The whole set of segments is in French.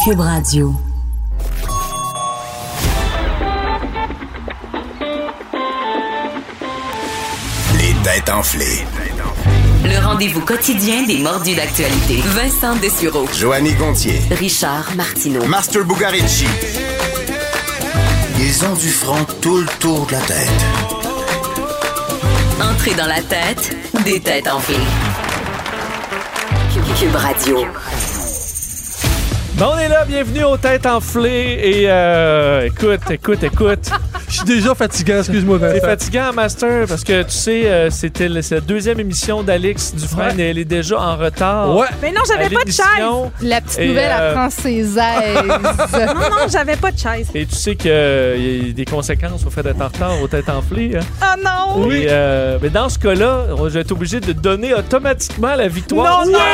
Cube Radio. Les têtes enflées. Le rendez-vous quotidien des mordus d'actualité. Vincent Dessureau. Joanny Gontier. Richard Martineau. Master Bugarici. Ils ont du front tout le tour de la tête. Entrée dans la tête des têtes enflées. Cube Radio. Bon, on est là, bienvenue aux Têtes enflées et écoute. Je suis déjà fatiguant, excuse-moi. C'est fatigant, Master, parce que tu sais, c'est la deuxième émission d'Alix Dufresne et elle est déjà en retard. Ouais. Mais non, j'avais pas de chaise. La petite Et, nouvelle à françaisaise. Non, j'avais pas de chaise. Et tu sais qu'il y a des conséquences au fait d'être en retard aux Têtes enflées. Hein? Oh non! Oui. Mais dans ce cas-là, je vais être obligé de donner automatiquement la victoire. Non.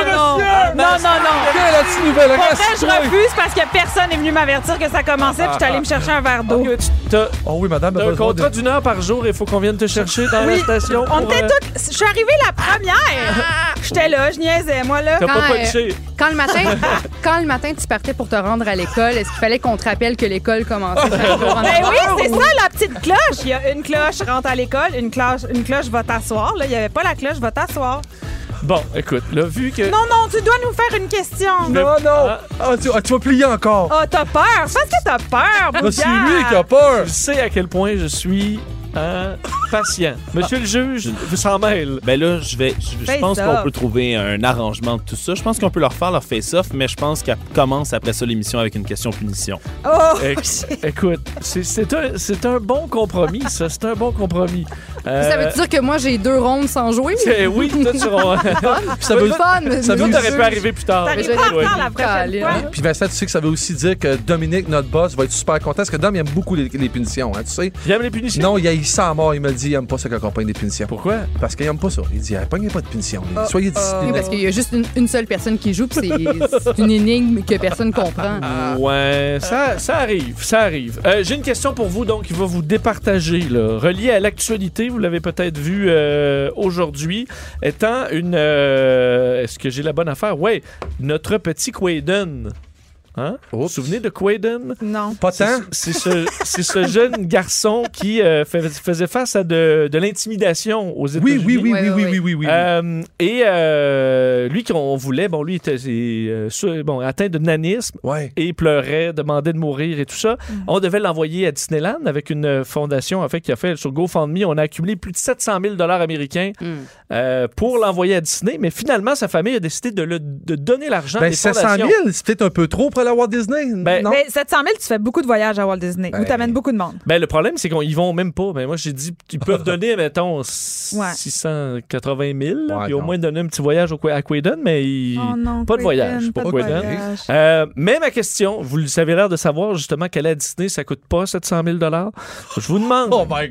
Quelle la petite nouvelle? Pour vrai, je refuse parce que personne n'est venu m'avertir que ça commençait puis je suis allée me chercher un verre d'eau. Ok, t'as Oh oui, madame. t'as un contrat d'une heure par jour et il faut qu'on vienne te chercher dans la station. On pour, était toutes... Je suis arrivée la première. J'étais là, je niaisais, moi, là. T'as pas Quand, punché. Quand le matin, tu partais pour te rendre à l'école, est-ce qu'il fallait qu'on te rappelle que l'école commençait chaque jour en Ben avance? oui, c'est ça, la petite cloche. Il y a une cloche, rentre à l'école, une cloche, va t'asseoir. Là, il n'y avait pas la cloche, va t'asseoir. Bon, écoute, là, vu que... Non, tu dois nous faire une question. Non. Tu vas plier encore. Oh, t'as peur. C'est parce que t'as peur, C'est lui qui a peur. Je sais à quel point je suis patient. Monsieur le juge, vous s'en mêle. Ben là, je pense Face-off. qu'on peut trouver un arrangement de tout ça. Je pense qu'on peut leur faire leur face-off, mais je pense qu'elle commence après ça l'émission avec une question-punition. Oh! Écoute, c'est un bon compromis, ça. C'est un bon compromis. Ça veut dire que moi, j'ai 2 rondes sans jouer? Oui, toi, tu Ça veut fun, mais Ça nous, t'aurais pu arriver plus tard. T'arrives je pas en l'ai retard dit, la prochaine Colin. fois. Puis Vincent, tu sais que ça veut aussi dire que Dominique, notre boss, va être super content parce que Dom, il aime beaucoup les punitions, hein, tu sais. J'aime les punitions. Non, il a ça à mort, il me le dit, il aime pas ça qu'on accompagne des punitions. Pourquoi? Parce qu'il aime pas ça. Il dit, pognez pas de punitions. Soyez Oui, disciplinés. parce qu'il y a juste une seule personne qui joue, puis c'est une énigme que personne comprend. Ouais, ça arrive. J'ai une question pour vous, donc, qui va vous départager, là. Reliée à l'actualité, vous l'avez peut-être vu aujourd'hui, étant une... est-ce que j'ai la bonne affaire? Oui, notre petit Quaden. Hein? Vous vous souvenez de Quaden? Non. Pas tant. C'est ce jeune garçon qui faisait face à de l'intimidation aux États-Unis. Oui. Lui qu'on voulait, lui était atteint de nanisme Ouais. et pleurait, demandait de mourir et tout ça. On devait l'envoyer à Disneyland avec une fondation qui a fait sur GoFundMe. On a accumulé plus de 700 000 $ américains pour l'envoyer à Disney, mais finalement, sa famille a décidé de donner l'argent des 700 fondations. 000, c'est peut-être un peu trop pour aller à Walt Disney. Non? Mais 700 000, tu fais beaucoup de voyages à Walt Disney. Où t'amènes beaucoup de monde. Ben, le problème, c'est qu'ils vont même pas. Mais moi, j'ai dit qu'ils peuvent donner, mettons, 680 000, puis au moins donner un petit voyage à Quaden, mais Oh non, pas de voyage pour Quaden. Mais ma question, vous avez l'air de savoir justement qu'aller à Disney, ça coûte pas 700 000 $. Je vous demande. Oh my God.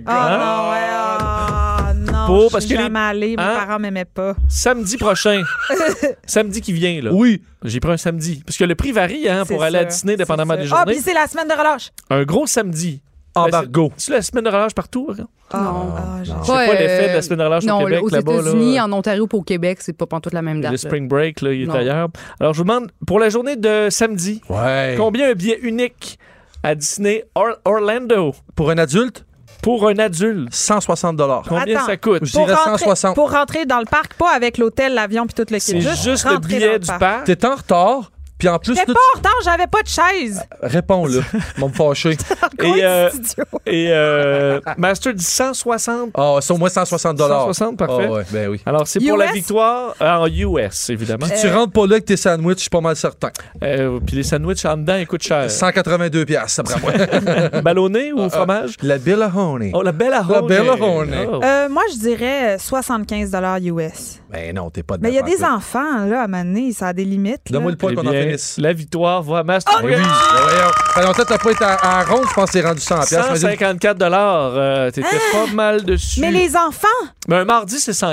Non, Parce je suis que jamais allée. Mes Hein? parents m'aimaient pas. Samedi prochain, samedi qui vient, là. Oui. J'ai pris un samedi. Parce que le prix varie pour C'est aller à sûr, Disney, c'est dépendamment sûr. des Ah, journées. puis c'est la semaine de relâche. Un gros samedi. Embargo. C'est la semaine de relâche partout? Hein? Non. Je sais pas l'effet de la semaine de relâche non, au Québec, aux là-bas. États-Unis, Là. en Ontario ou au Québec, c'est pas pantoute la même date. Le spring break, là, il est Non. ailleurs. Alors, je vous demande, pour la journée de samedi, Ouais. combien un billet unique à Disney Orlando Pour un adulte, pour un adulte? 160 $. Combien Attends. ça coûte? Je dirais 160. Pour rentrer dans le parc, pas avec l'hôtel, l'avion puis tout le C'est kit. juste le rentrer billet dans du le parc. T'es en retard, puis en plus... J'étais là, pas en retard, j'avais pas de chaise. Réponds, là. Ils vont me fâcher. Et Master dit 160. Ah, c'est au moins 160 $. 160, parfait. Ah ouais, ben oui. Alors, c'est pour la US? victoire en US, évidemment. Puis tu rentres pas là avec tes sandwichs, je suis pas mal certain. Puis les sandwichs en dedans, ils coûtent cher. 182 $, après moi. Ballonné ou au fromage? La Bellahoney. Oh, la Bellahoney. La Bellahoney. Oh. Moi, je dirais 75 $ US. Ben non, t'es pas de Mais il y a des enfants. enfants, là, à Mané, ça a des limites. là. Donne-moi le point Eh qu'on en bien, finisse. la victoire va à Master. Ben oui. Ben voyons. Ça fait longtemps que t'as pas été en ronde, je pense que c'est rendu 100 $. 154 $. T'étais pas mal dessus. Mais les enfants, Mais un mardi, c'est 104.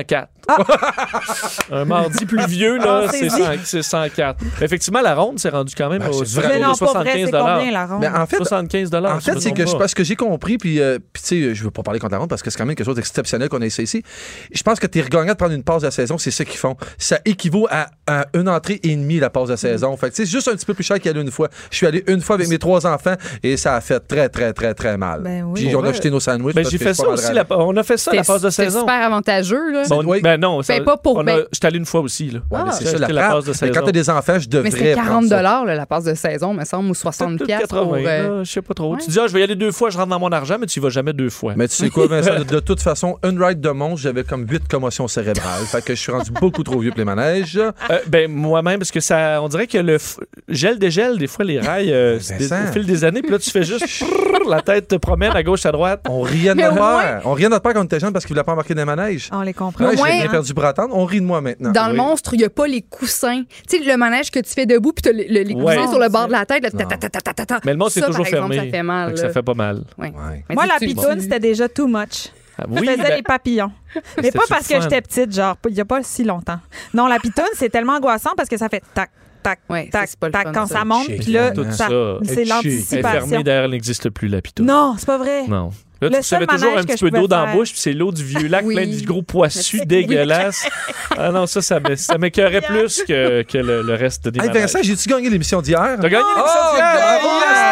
Un mardi pluvieux, là, Ah, c'est 104. Effectivement, la ronde s'est rendue quand même Ben, au c'est vrai. Mais non, pas vrai, 75 c'est combien la ronde? Mais en fait, 75 En fait, c'est que parce que j'ai compris, puis tu sais, je veux pas parler contre la ronde parce que c'est quand même quelque chose d'exceptionnel qu'on a essayé ici. Je pense que t'es regagnant de prendre une pause de la saison, c'est ça qu'ils font. Ça équivaut à une entrée et demie la pause de saison. Fait que c'est juste un petit peu plus cher qu'y aller une fois. Je suis allé une fois avec mes 3 enfants et ça a fait très, très, très, très mal. Ben oui. Puis on a acheté nos sandwichs. Ben, parce j'ai que fait c'est ça pas aussi. mal On a fait ça, la pause de C'est saison. super avantageux, là. Bon, Oui. ben non, Ben, pas pour- j'étais allé une fois aussi. Là. Ouais, mais c'est J'ai ça, acheté la passe de mais saison. quand t'as des enfants, je devrais Mais c'était 40 prendre ça. là, la passe de saison, me semble, ou 60 Peut-être piastres pour... 80, là, je sais pas trop. ouais. Tu dis, je vais y aller 2 fois, je rentre dans mon argent, mais tu y vas jamais 2 fois. Mais tu sais quoi, Vincent, de toute façon, une ride de monstre, j'avais comme 8 commotions cérébrales. Fait que je suis rendu beaucoup trop vieux pour les manèges. Ben, moi-même, parce que ça, on dirait que le gel-dégel, des fois, les rails, Vincent. au fil des années, puis là, tu fais juste la tête te promène à gauche, à droite. On riait de Mais notre au moins- père. On riait de notre père quand on était jeune parce qu'il voulait pas embarquer dans les manèges. On les comprend. Ouais, moins, j'ai bien hein. perdu pour attendre. On rit de moi maintenant. Dans le Oui. monstre, il n'y a pas les coussins. Tu sais, le manège que tu fais debout, puis tu as les Ouais. coussins sur le bord de la tête. Là, Non. Mais le monstre, c'est Ça, toujours par exemple, fermé. ça fait mal. Fait que là. ça fait pas mal. Ouais. Ouais. Mais Moi, tu- la tu- pitoune, c'était déjà too much. Ah, Je oui, faisais ben, les papillons. Mais c'était pas parce que fun. j'étais petite, genre, il n'y a pas si longtemps. Non, la pitoune, c'est tellement angoissant parce que ça fait tac, tac, Ouais, ça, tac, c'est pas le tac fun, quand ça. ça monte. Chic, Puis là, tout ça- ça. c'est Elle est l'anticipation. fermée, d'ailleurs, elle n'existe plus, la pitoune. Non, c'est pas vrai. Non. Là, Le tu savais seul toujours manège un que petit je peu d'eau pouvais dans la faire. bouche, puis c'est l'eau du vieux lac Oui. plein de gros poissus Oui. dégueulasses. Ah non, ça m'écœurait plus que le reste des Hey, manèges. Vincent, j'ai-tu gagné l'émission d'hier? T'as gagné l'émission Oh, d'hier! bravo!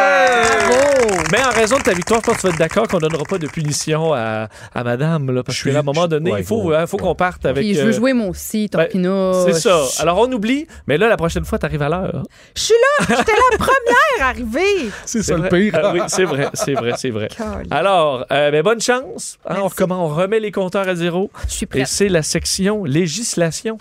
Yes! Mais en raison de ta victoire, toi, tu vas être d'accord qu'on donnera pas de punition à madame, là, parce qu'à un moment donné, ouais, il faut qu'on parte avec... Puis je veux jouer moi aussi, ton ben, pinot. C'est ça. Alors, on oublie, mais là, la prochaine fois, t'arrives à l'heure. Je suis là, j'étais la première arrivée. C'est ça le vrai. pire. Ah oui, c'est vrai. Alors, ben, bonne chance. Hein, on remet les compteurs à zéro. Je suis Et prête. c'est la section législation.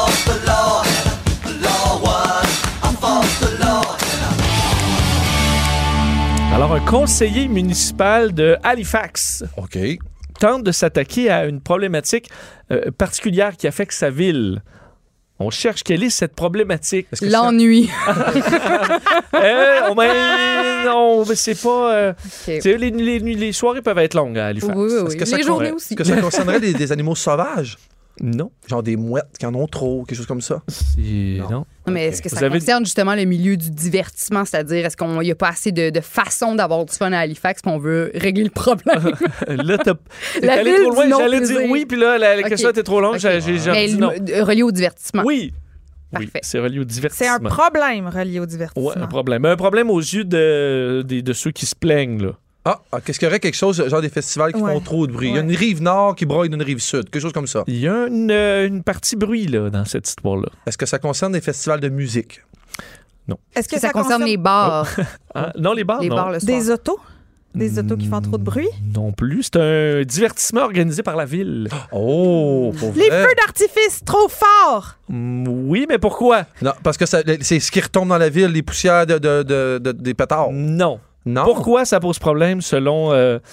Alors, un conseiller municipal de Halifax OK. tente de s'attaquer à une problématique particulière qui affecte sa ville. On cherche quelle est cette problématique. Est-ce que L'ennui. Non, mais c'est pas... Ok. tu sais, les soirées peuvent être longues à Halifax. Oui, oui, Est-ce que oui. ça Les journées con- aussi. Est-ce que ça concernerait des animaux sauvages? Non. Genre des mouettes qui en ont trop, quelque chose comme ça? Non. Non, mais est-ce que Vous ça avez- concerne justement le milieu du divertissement? C'est-à-dire, est-ce qu'il n'y a pas assez de façons d'avoir du fun à Halifax qu'on veut régler le problème? Là, t'es La allé ville trop loin. du J'allais dire non-plaisir. oui, puis là, la Ok. question était trop longue. Ok. J'ai Mais dit non. relié au divertissement. Oui. Oui, Parfait. c'est relié au C'est divertissement. un problème relié au divertissement. Ouais, un problème. Un problème aux yeux de ceux qui se plaignent, là. Qu'est-ce qu'il y aurait quelque chose, genre des festivals qui Ouais. font trop de bruit? Il y a Ouais. une rive nord qui broye d'une rive sud, quelque chose comme ça. Il y a une partie bruit, là, dans cette histoire-là. Est-ce que ça concerne des festivals de musique? Est-ce que Ça concerne les bars. Hein? Non, les bars, Les non. bars le soir. des autos? Des autos qui font trop de bruit? Non plus. C'est un divertissement organisé par la ville. Oh, pour Les vrai? feux d'artifice trop forts! Oui, mais pourquoi? Non, parce que c'est ce qui retombe dans la ville, les poussières des pétards. Non. Non. Pourquoi ça pose problème selon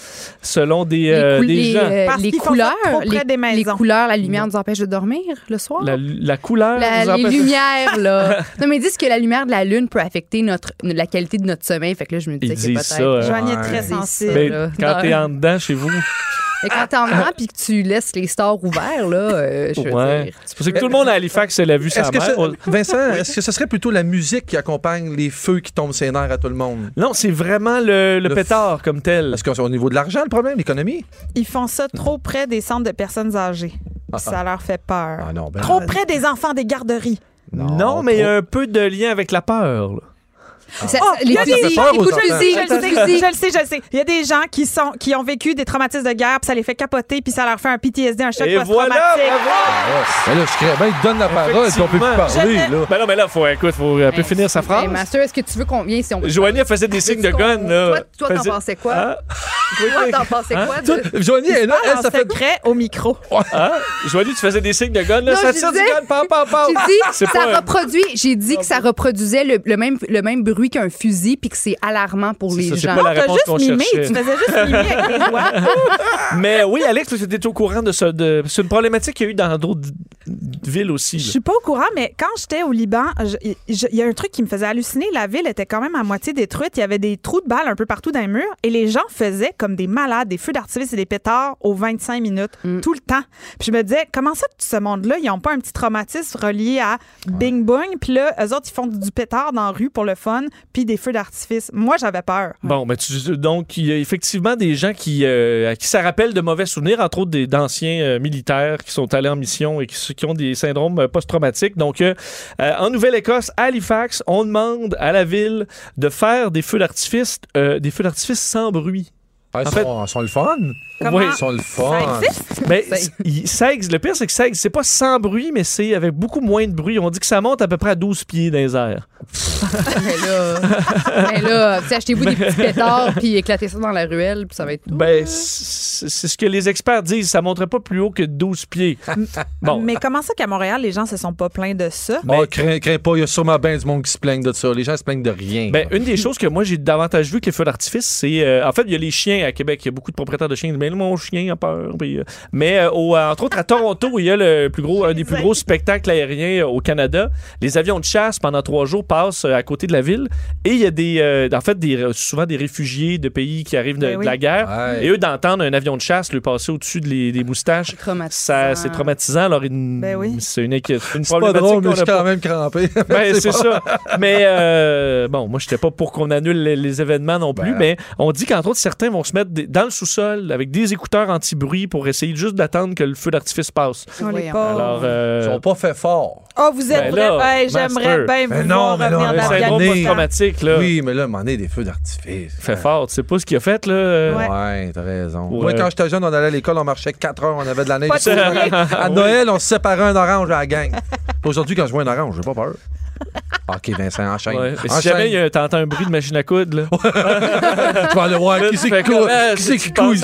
des les, gens? Parce les qu'ils font ça couleurs, trop près des les maisons. couleurs, la lumière nous empêche de dormir le soir. La couleur. vous Les empêche- lumières, là. Non, mais ils disent que la lumière de la lune peut affecter la qualité de notre sommeil. Fait que là, je me disais Ils que disent peut-être... ça, hein. Joanie est Ouais. très C'est sensible. Mais là. quand Non. t'es en dedans chez vous. Mais quand t'es en dedans puis que tu laisses les stores ouverts, là, je veux Ouais. dire... C'est pour ça que tout le monde à Halifax l'a vu sa Est-ce que mère. Vincent, est-ce que ce serait plutôt la musique qui accompagne les feux qui tombent ses nerfs à tout le monde? Non, c'est vraiment le pétard comme tel. Est-ce que c'est au niveau de l'argent le problème, l'économie? Ils font ça trop près des centres de personnes âgées. Ça leur fait peur. Ah non, ben- Trop près des enfants des garderies. Non, mais il y a un peu de lien avec la peur. là. Ça- Oh, les il y a des- fusils, ça fait peur les aux coups de enfants. fusil, Je les le coups de sais, fusil. je le sais. Il y a des gens qui ont vécu des traumatismes de guerre, puis ça les fait capoter, puis ça leur fait un PTSD, un choc Et post-traumatique. voilà, bravo! Ben là, je serais bien, il donne la parole, puis on peut plus Effectivement. parler, Je- là. Ben non, mais là, elle peut finir sa phrase. Hey, Master, est-ce que tu veux qu'on vienne si on... Joanie, elle faisait des signes de gun, là. Toi, t'en Faisait- pensais quoi? Hein? Toi, t'en pensais Hein? quoi? de- Joanie est là, elle, En ça fait... secret au micro. Hein? Joanie, tu faisais des signes de gun, là. Non, Ça je tire du disais- gun, pam, pam, pam. J'ai dit, C'est ça pas un- reproduit. J'ai dit que ça reproduisait le même bruit qu'un fusil, puis que c'est alarmant pour C'est les ça, c'est gens. pas la T'as réponse juste qu'on mimé, cherchait. tu faisais juste mimer avec tes doigts. Mais oui, Alex, tu étais au courant de ça. C'est une problématique qu'il y a eu dans d'autres villes aussi. Je là. suis pas au courant, mais quand j'étais au Liban, il y a un truc qui me faisait halluciner. La ville était quand même à moitié détruite. Il y avait des trous de balles un peu partout dans les murs et les gens faisaient comme des malades, des feux d'artifice et des pétards aux 25 minutes, tout le temps. Puis je me disais, comment ça que ce monde-là, ils n'ont pas un petit traumatisme relié à Bing Bong, puis là, eux autres, ils font du pétard dans la rue pour le fun, puis des feux d'artifice. Moi, j'avais peur. Bon, mais donc, il y a effectivement des gens à qui ça rappelle de mauvais souvenirs, entre autres d'anciens militaires qui sont allés en mission et qui ont des syndromes post-traumatiques. Donc, en Nouvelle-Écosse, à Halifax, on demande à la ville de faire des feux d'artifice sans bruit. Ah, ils sont le fun. Comment? Oui. Ils sont le fun. Ça existe? Ben, le pire, c'est que c'est pas sans bruit, mais c'est avec beaucoup moins de bruit. On dit que ça monte à peu près à 12 pieds dans les airs. Mais là, achetez-vous des petits pétards puis éclatez ça dans la ruelle, puis ça va être tout. Ben, c'est ce que les experts disent. Ça monterait pas plus haut que 12 pieds. Bon. Mais comment ça qu'à Montréal, les gens se sont pas plaints de ça? Bon, crains pas, il y a sûrement bien du monde qui se plaignent de ça. Les gens se plaignent de rien. Ben, une des choses que moi j'ai davantage vu que les feux d'artifice, c'est en fait il y a les chiens à Québec, il y a beaucoup de propriétaires de chiens qui disent, mais mon chien a peur. Puis, mais entre autres à Toronto, où il y a un des plus gros spectacles aériens au Canada, les avions de chasse pendant 3 jours passent à côté de la ville et il y a souvent des réfugiés de pays qui arrivent de la guerre. Ouais. Et eux d'entendre un avion de chasse lui passer au-dessus des moustaches, c'est traumatisant. Alors c'est une problématique. C'est pas drôle, mais je suis pas. quand même crampé. Ben, c'est ça. Mais bon, moi, j'étais pas pour qu'on annule les événements non plus, mais on dit qu'entre autres, certains vont se mettre dans le sous-sol avec des écouteurs anti-bruit pour essayer juste d'attendre que le feu d'artifice passe. Alors, Ils sont pas fait fort. Oh, vous êtes vrai? J'aimerais bien vous voir revenir le dans syndrome l'Afghanistan. post-traumatique, là. Oui, mais là, m'en est des feux d'artifice. Fait fort. Tu sais pas ce qu'il a fait, là? Ouais, t'as raison. Ouais. Moi, quand j'étais jeune, on allait à l'école, on marchait 4 heures, on avait de la neige. Pas de À Noël, on se séparait un orange à la gang. Aujourd'hui, quand je vois un orange, j'ai pas peur. OK, Vincent, enchaîne. Ouais. Si jamais t'entends un bruit de machine à coudre, là. Tu vas aller voir qui c'est qui coud. Qui c'est qui coud ici?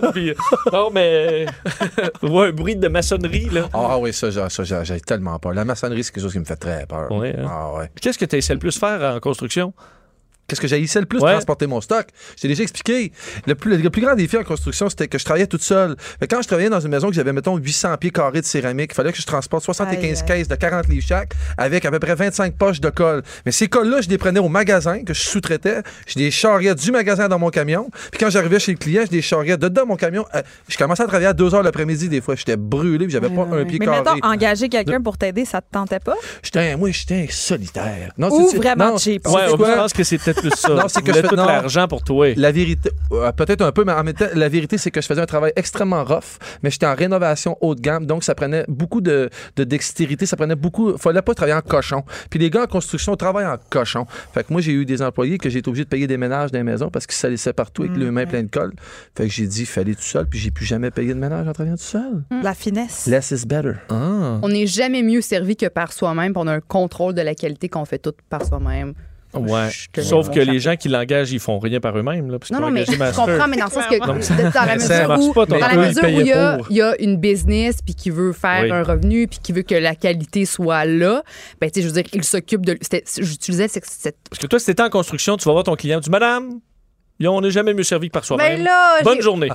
Non, mais. Ouais, un bruit de maçonnerie, là. Ah oui, ça, j'ai tellement peur. La maçonnerie, c'est quelque chose qui me fait très peur. Ouais, hein. Ah ouais. Qu'est-ce que tu essaies le plus faire en construction? Qu'est-ce que j'haïssais le plus? Transporter mon stock. Je t'ai déjà expliqué. Le plus grand défi en construction, c'était que je travaillais toute seule. Mais quand je travaillais dans une maison que j'avais, mettons, 800 pieds carrés de céramique, il fallait que je transporte 75 caisses de 40 livres chaque avec à peu près 25 poches de colle. Mais ces colles-là, je les prenais au magasin que je sous-traitais. Je les charriais du magasin dans mon camion. Puis quand j'arrivais chez le client, je les charriais dedans mon camion. Je commençais à travailler à 2 heures l'après-midi des fois. J'étais brûlé puis j'avais pas un pied carré. Mais mettons, engager quelqu'un pour t'aider, ça te tentait pas? J'étais un solitaire. Non, ou vraiment cheap. Ouais, je pense que c'est peut-être plus ça. Non, c'est que tout l'argent pour toi. La vérité, peut-être un peu, mais en même temps, la vérité, c'est que je faisais un travail extrêmement rough, mais j'étais en rénovation haut de gamme, donc ça prenait beaucoup de dextérité, ça prenait beaucoup. Fallait pas travailler en cochon. Puis les gars en construction travaillent en cochon. Fait que moi, j'ai eu des employés que j'ai été obligé de payer des ménages dans les maisons parce qu'ils salissaient partout avec les mains pleines de colle. Fait que j'ai dit, fallait tout seul, puis j'ai plus jamais payé de ménage en travaillant tout seul. La finesse. Less is better. On n'est jamais mieux servi que par soi-même, puis on a un contrôle de la qualité qu'on fait tout par soi-même. Ouais. Sauf que les gens qui l'engagent, ils font rien par eux-mêmes. Là, non, mais je comprends, mais dans le sens que dans la mesure où il y a une business puis qui veut faire un revenu puis qui veut que la qualité soit là, ben tu sais, je veux dire, il s'occupe de. J'utilisais cette. Parce que toi, si t'étais en construction, tu vas voir ton client, tu dis, madame. On n'est jamais mieux servi que par soi-même. Ben là, bonne journée.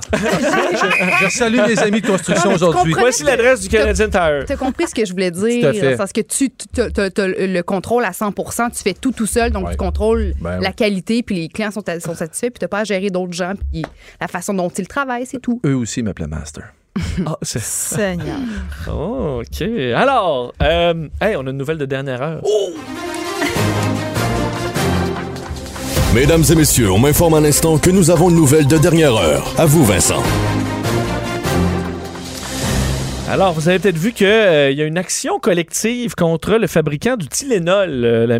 Je salue mes amis de construction aujourd'hui. Voici l'adresse du Canadian Tire. Tu as compris ce que je voulais dire. Parce que tu as le contrôle à 100%, tu fais tout seul, donc tu contrôles la qualité, puis les clients sont satisfaits, puis tu n'as pas à gérer d'autres gens, puis la façon dont ils travaillent, c'est tout. Eux aussi m'appelaient Master. Seigneur. Oh, OK. Alors, on a une nouvelle de dernière heure. Oh! Mesdames et messieurs, on m'informe à l'instant que nous avons une nouvelle de dernière heure. À vous, Vincent. Alors, vous avez peut-être vu qu'il y a une action collective contre le fabricant du Tylenol, la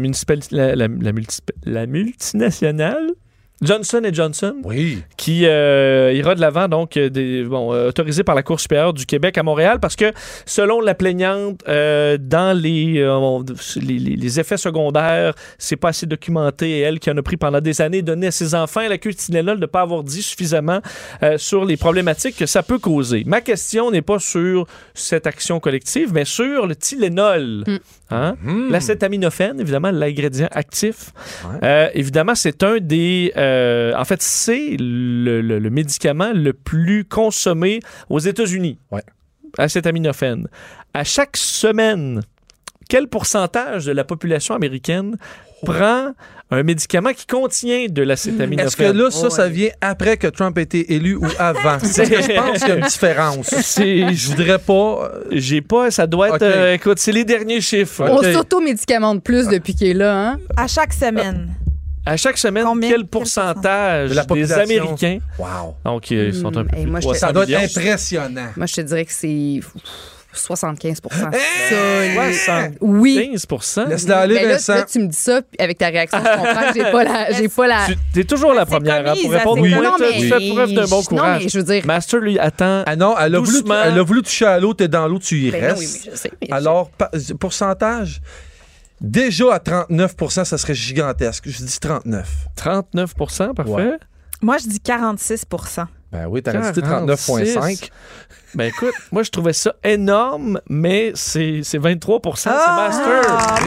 multinationale Johnson & Johnson, qui ira de l'avant, donc autorisé par la Cour supérieure du Québec à Montréal, parce que selon la plaignante, dans les effets secondaires, c'est pas assez documenté, et elle qui en a pris pendant des années, donné à ses enfants, elle accuse Tylenol de ne pas avoir dit suffisamment sur les problématiques que ça peut causer. Ma question n'est pas sur cette action collective, mais sur le Tylenol. L'acétaminophène, évidemment, l'ingrédient actif. Évidemment, c'est un des... en fait, c'est le médicament le plus consommé aux États-Unis. Acétaminophène. À chaque semaine, quel pourcentage de la population américaine prend un médicament qui contient de l'acétaminophène? Est-ce que là, ça vient après que Trump ait été élu ou avant? Parce que je pense qu'il y a une différence. Je voudrais pas... J'ai pas... Ça doit être... écoute, c'est les derniers chiffres. On s'auto-médicamente plus depuis qu'il est là, hein? À chaque semaine. À chaque semaine, quel pourcentage des Américains... Wow. Donc, ils sont un peu plus... Ça doit être impressionnant. Moi, je te dirais que c'est... 75 Oui. 15 Laisse-le aller, Vincent. Là, tu me dis ça, puis avec ta réaction, je comprends que j'ai pas la... T'es toujours la première pour répondre au point. Tu fais preuve d'un bon courage. Non, mais je veux dire... Master, lui, attend. Ah non, elle a voulu toucher à l'eau, t'es dans l'eau, tu y restes. Oui, mais je sais. Alors, pourcentage... Déjà à 39 ça serait gigantesque. Je dis 39. 39 parfait. Ouais. Moi, je dis 46 Ben oui, t'aurais dit 39,5. Ben écoute, moi, je trouvais ça énorme, mais c'est 23 c'est Master.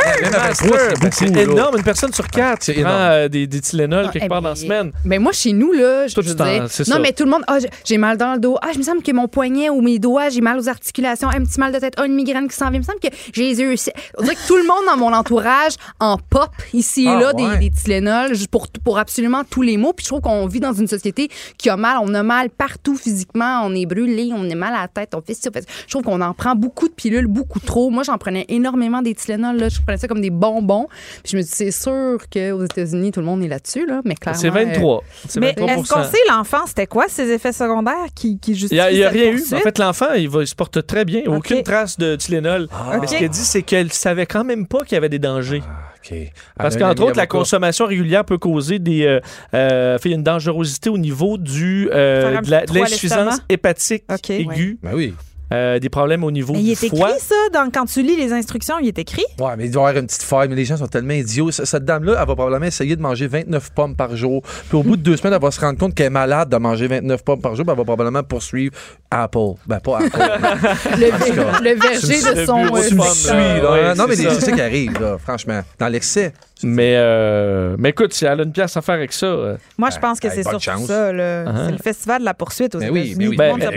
C'est énorme. Une personne sur 4 qui prend des Tylenol quelque part dans la semaine. Ben moi, chez nous, là, je veux dire... Non, mais tout le monde... j'ai mal dans le dos. Il me semble que mon poignet ou mes doigts, j'ai mal aux articulations. Un petit mal de tête. Une migraine qui s'en vient. Il me semble que j'ai les yeux... On dirait que tout le monde dans mon entourage en pop ici et là des Tylenol pour absolument tous les maux. Puis je trouve qu'on vit dans une société qui a mal. On a mal partout physiquement. On est brûlé. On est mal à la tête. On fait ça. Je trouve qu'on en prend beaucoup de pilules, beaucoup trop. Moi, j'en prenais énormément des Tylenol. Là. Je prenais ça comme des bonbons. Puis je me dis, c'est sûr qu'aux États-Unis, tout le monde est là-dessus. Là. Mais clairement... C'est 23. Mais est-ce qu'on sait, l'enfant, c'était quoi ses effets secondaires qui justifient Il n'y a rien eu. poursuite? En fait, l'enfant, il se porte très bien. Aucune trace de Tylenol. Mais ce qu'elle dit, c'est qu'elle savait quand même pas qu'il y avait des dangers. Parce qu'entre autres, la consommation régulière peut causer une dangerosité au niveau de l'insuffisance hépatique aiguë. Ben oui. Des problèmes au niveau du foie. Il est écrit, ça, quand tu lis les instructions, il est écrit? Ouais, mais il doit y avoir une petite faille. Mais les gens sont tellement idiots. Cette dame-là, elle va probablement essayer de manger 29 pommes par jour. Puis au bout de 2 semaines, elle va se rendre compte qu'elle est malade de manger 29 pommes par jour. Puis elle va probablement poursuivre Apple. Ben, pas Apple. le verger de son... Non, mais c'est ça qui arrive, là, franchement. Dans l'excès. Mais écoute, si elle a une pièce à faire avec ça... Moi, je pense que c'est surtout ça. C'est le festival de la poursuite aux États-Unis.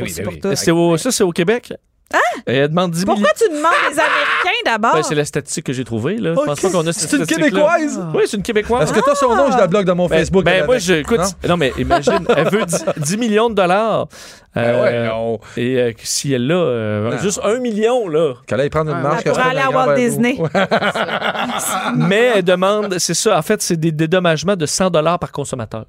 Ça, c'est au Québec. Hein? Elle demande 10 Pourquoi tu demandes les Américains d'abord? C'est la statistique que j'ai trouvée. Là. Je pense pas qu'on a cette C'est une Québécoise? Oui, c'est une Québécoise. Est-ce que tu as son nom? Je la bloque dans mon Facebook. Moi, écoute, non, mais imagine, elle veut 10 millions de dollars. Et si elle a juste 1 million, là. Qu'elle aille prendre une marche. Elle pourrait aller à Walt Disney. Mais elle demande, c'est ça, en fait, c'est des dédommagements de 100 $ par consommateur.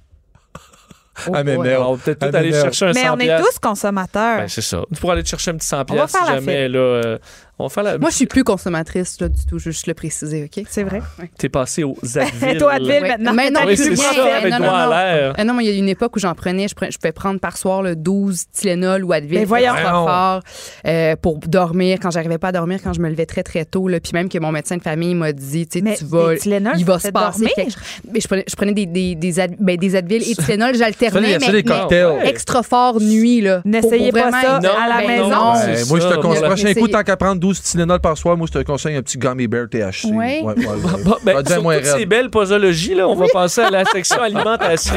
On va peut-être tout aller chercher un 100$. Mais on est tous consommateurs. Ben, c'est ça. Pour aller chercher un petit 100$ si jamais là. Moi, je suis plus consommatrice là, du tout. Je veux juste le préciser, OK? C'est vrai. T'es passé aux Advil. Toi, Advil, maintenant. Mais non, oui, c'est ça, avec doigt à l'air. Non, il y a une époque où j'en prenais. Je pouvais prendre par soir 12 Tylenol ou Advil. Mais voyons. Fort, pour dormir, quand j'arrivais pas à dormir, quand je me levais très, très tôt. Là, puis même que mon médecin de famille m'a dit, tu vas... Il va se passer quelque chose. Mais je prenais des Advil et Tylenol. J'alternais, mais extra fort nuit. Là. N'essayez pas ça à la maison. Moi, je te conseille. Prochain coup, tant qu'à prendre 12 Tylenol par soir, moi, je te conseille un petit Gummy Bear THC. Oui. Surtout ces belles posologies, là, on va passer à la section alimentation.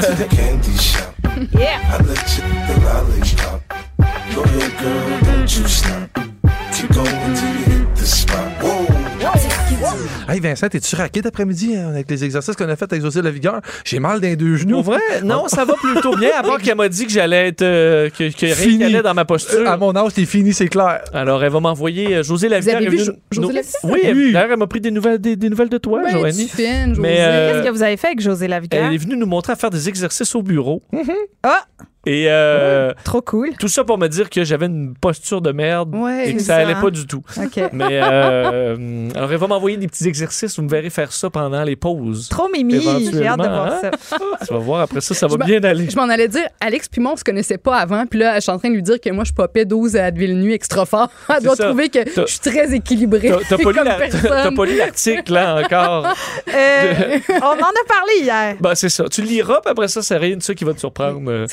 Hey Vincent, t'es-tu raqué d'après-midi avec les exercices qu'on a fait avec José Lavigueur? J'ai mal dans les 2 genoux. Pour vrai? Non, ça va plutôt bien, à part qu'elle m'a dit que j'allais être... que rien n'allait dans ma posture. À mon âge, t'es fini, c'est clair. Alors, elle va m'envoyer José Lavigueur. Vous avez vu José Lavigueur? Oui, d'ailleurs, elle m'a pris des nouvelles de toi, Joanie. Tu fine, José. Qu'est-ce que vous avez fait avec José Lavigueur? Elle est venue nous montrer à faire des exercices au bureau. Ah! Et trop cool. Tout ça pour me dire que j'avais une posture de merde et que ça allait pas du tout. Okay. Mais alors, elle va m'envoyer des petits exercices. Vous me verrez faire ça pendant les pauses. Trop mimi. J'ai hâte de voir ça. Tu vas voir, après ça va bien aller. Je m'en allais dire, Alex puis moi, on se connaissait pas avant. Puis là, je suis en train de lui dire que moi, je popais 12 Advil nuit extra fort. Elle doit trouver que je suis très équilibrée. T'as pas lu l'article, là, encore? On en a parlé hier. Ben, c'est ça. Tu le liras, puis après ça, c'est rien de ça qui va te surprendre. C'est ça.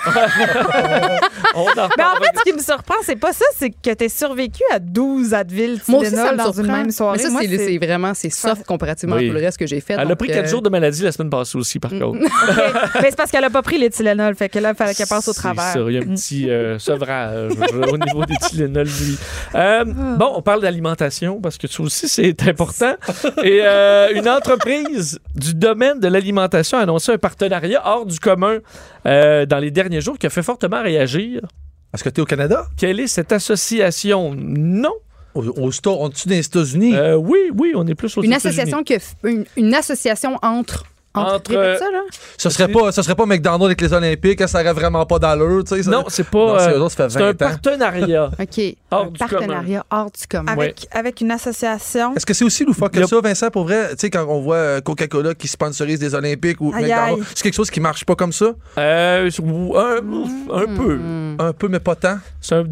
On en reparle. Mais en fait, ce qui me surprend, c'est pas ça, c'est que t'aies survécu à 12 Advil Moi aussi, ça Tylenol me dans une surprend. même soirée. Mais ça, Moi, c'est vraiment soft comparativement Oui. à tout le reste que j'ai fait. Elle a donc, pris 4 jours de maladie la semaine passée aussi, par contre. OK. Mais c'est parce qu'elle a pas pris les Tylenol, fait que là, il fallait qu'elle passe au travers. C'est ça, il y a un petit sevrage au niveau des Tylenol, lui. Bon, on parle d'alimentation parce que ça aussi, c'est important. Et une entreprise du domaine de l'alimentation a annoncé un partenariat hors du commun dans les derniers jours qui a fait fortement réagir. Est-ce que tu es au Canada? Quelle est cette association? Non. On est-tu dans les États-Unis? Oui, on est plus aux une États-Unis. association une association entre répète ça, là? Ça serait pas McDonald's avec les Olympiques, ça aurait vraiment pas d'allure, tu sais. Ça... Non, c'est pas. Non, c'est eux autres, ça fait c'est 20 un ans. partenariat. OK. Hors Un du partenariat hors du commun. Avec une association. Est-ce que c'est aussi loufoque que ça, Vincent, pour vrai? Tu sais, quand on voit Coca-Cola qui sponsorise des Olympiques ou Aïe, McDonald's, aïe. c'est quelque chose qui marche pas comme ça? Un peu. Un peu, mais pas tant. C'est un...